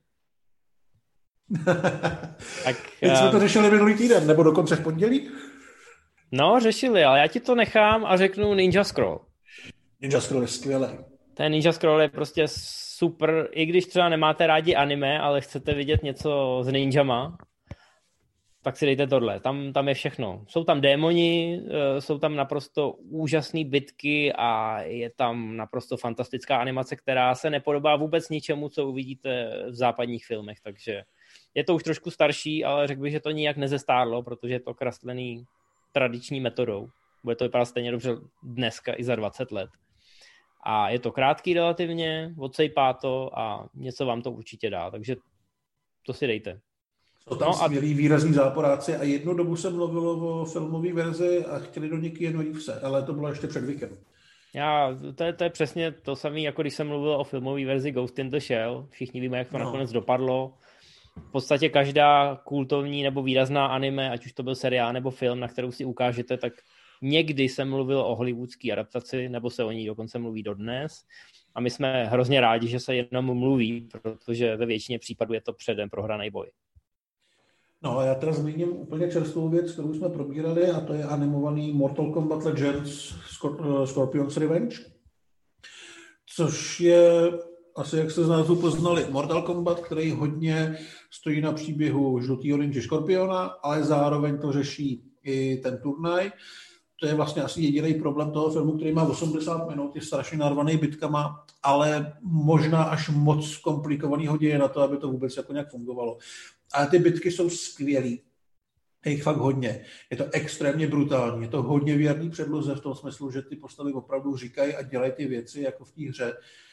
Tak, jsme to řešili minulý týden, nebo dokonce v pondělí? No, řešili, ale já ti to nechám a řeknu Ninja Scroll. Ninja Scroll je skvělý. Ten Ninja Scroll je prostě super, i když třeba nemáte rádi anime, ale chcete vidět něco s ninjama, tak si dejte tohle. Tam je všechno. Jsou tam démoni, jsou tam naprosto úžasné bitky a je tam naprosto fantastická animace, která se nepodobá vůbec ničemu, co uvidíte v západních filmech. Takže je to už trošku starší, ale řekl bych, že to nijak nezestárlo, protože je to kraslený tradiční metodou. Bude to vypadat stejně dobře dneska i za 20 let. A je to krátký relativně, odsejpá to a něco vám to určitě dá. Takže to si dejte. Jsou tam skvělý výrazný záporáci a jednu dobu se mluvilo o filmové verzi a chtěli do něky jen Reevese, ale to bylo ještě před Wickem. To je přesně to samé, jako když jsem mluvil o filmové verzi Ghost in the Shell. Všichni víme, jak to nakonec dopadlo. V podstatě každá kultovní nebo výrazná anime, ať už to byl seriál nebo film, na kterou si ukážete, tak někdy se mluvilo o hollywoodské adaptaci, nebo se o ní dokonce mluví dodnes. A my jsme hrozně rádi, že se jenom mluví, protože ve většině případů je to předem prohraný boj. No a já teda zmíním úplně čerstvou věc, kterou jsme probírali, a to je animovaný Mortal Kombat Legends Scorpion's Revenge, což je asi, jak jste z názvu poznali, Mortal Kombat, který hodně stojí na příběhu žlutýho ninja Škorpiona, ale zároveň to řeší i ten turnaj. To je vlastně asi jediný problém toho filmu, který má 80 minut, je strašně narvaný bitkama, ale možná až moc komplikovaný děje na to, aby to vůbec jako nějak fungovalo. Ale ty bitky jsou skvělý. Je jich fakt hodně. Je to extrémně brutální. Je to hodně věrný předloze v tom smyslu, že ty postavy opravdu říkají a dělají ty věci jako v té hře.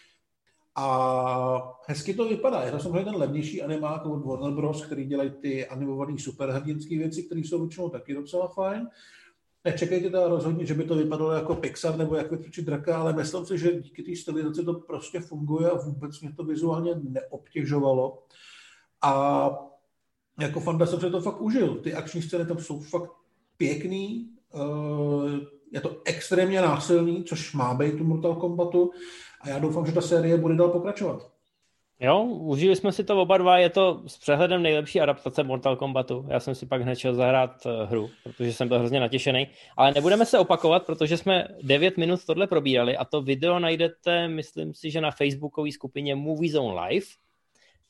A hezky to vypadá. Je to samozřejmě ten levnější animák od Warner Bros., který dělají ty animované superhrdinské věci, které jsou většinou taky docela fajn. Nečekejte teda rozhodně, že by to vypadalo jako Pixar nebo jako Vytvořit draka, ale myslím si, že díky té stylizaci to prostě funguje a vůbec mě to vizuálně neobtěžovalo. A jako fanda jsem se to fakt užil. Ty akční scény tam jsou fakt pěkný, je to extrémně násilný, což má být u Mortal Kombatu a já doufám, že ta série bude dál pokračovat. Jo, užili jsme si to oba dva, je to s přehledem nejlepší adaptace Mortal Kombatu. Já jsem si pak hned šel zahrát hru, protože jsem byl hrozně natěšený. Ale nebudeme se opakovat, protože jsme 9 minut tohle probírali a to video najdete, myslím si, že na facebookové skupině Movie Zone Live.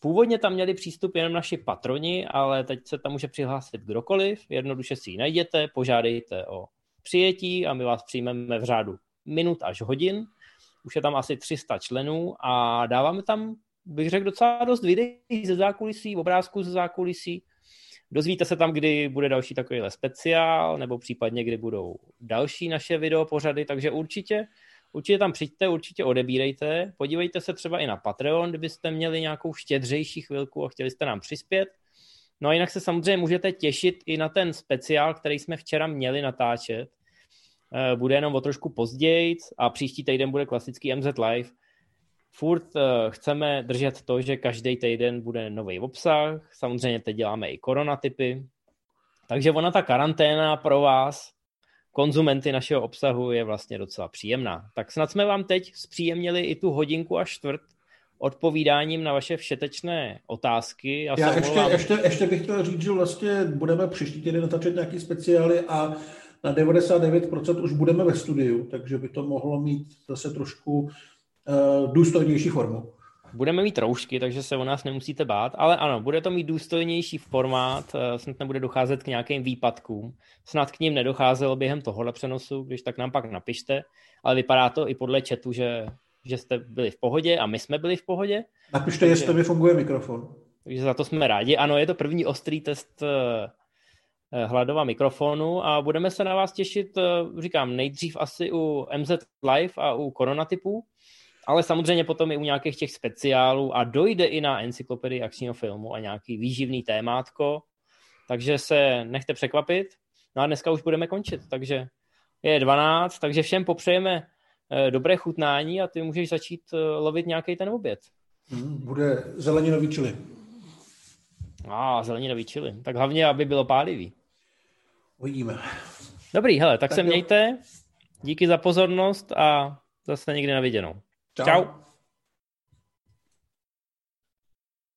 Původně tam měli přístup jenom naši patroni, ale teď se tam může přihlásit kdokoliv, jednoduše si ji najděte, požádejte o přijetí a my vás přijmeme v řádu minut až hodin. Už je tam asi 300 členů a dáváme tam, bych řekl, docela dost videí ze zákulisí, obrázků ze zákulisí. Dozvíte se tam, kdy bude další takovýhle speciál, nebo případně, kdy budou další naše videopořady, takže určitě tam přijďte, určitě odebírejte, podívejte se třeba i na Patreon, kdybyste měli nějakou štědřejší chvilku a chtěli jste nám přispět. No a jinak se samozřejmě můžete těšit i na ten speciál, který jsme včera měli natáčet. Bude jenom o trošku později a příští týden bude klasický MZ Live. Furt chceme držet to, že každý týden bude nový obsah. Samozřejmě teď děláme i koronatypy. Takže ona ta karanténa pro vás, konzumenty našeho obsahu, je vlastně docela příjemná. Tak snad jsme vám teď zpříjemnili i tu hodinku a čtvrt odpovídáním na vaše všetečné otázky. Já ještě bych chtěl říct, že vlastně budeme příští týden natáčet nějaký speciály a na 99% už budeme ve studiu, takže by to mohlo mít zase trošku důstojnější formu. Budeme mít roušky, takže se o nás nemusíte bát, ale ano, bude to mít důstojnější formát, snad nebude docházet k nějakým výpadkům, snad k ním nedocházelo během tohohle přenosu, když tak nám pak napište, ale vypadá to i podle chatu, že jste byli v pohodě a my jsme byli v pohodě. Napište, jestli mi funguje mikrofon. Takže za to jsme rádi. Ano, je to první ostrý test Hladova mikrofonu a budeme se na vás těšit, říkám, nejdřív asi u MZ Live a u koronatypů, ale samozřejmě potom i u nějakých těch speciálů a dojde i na encyklopedii akčního filmu a nějaký výživný témátko, takže se nechte překvapit. No a dneska už budeme končit, takže je 12, takže všem popřejeme dobré chutnání a ty můžeš začít lovit nějaký ten oběd. Bude zeleninový chili. Zeleninový chili. Tak hlavně, aby bylo pálivý. Uvidíme. Dobrý, hele, tak se mějte. Díky za pozornost a zase někdy na viděnou. Čau. Čau.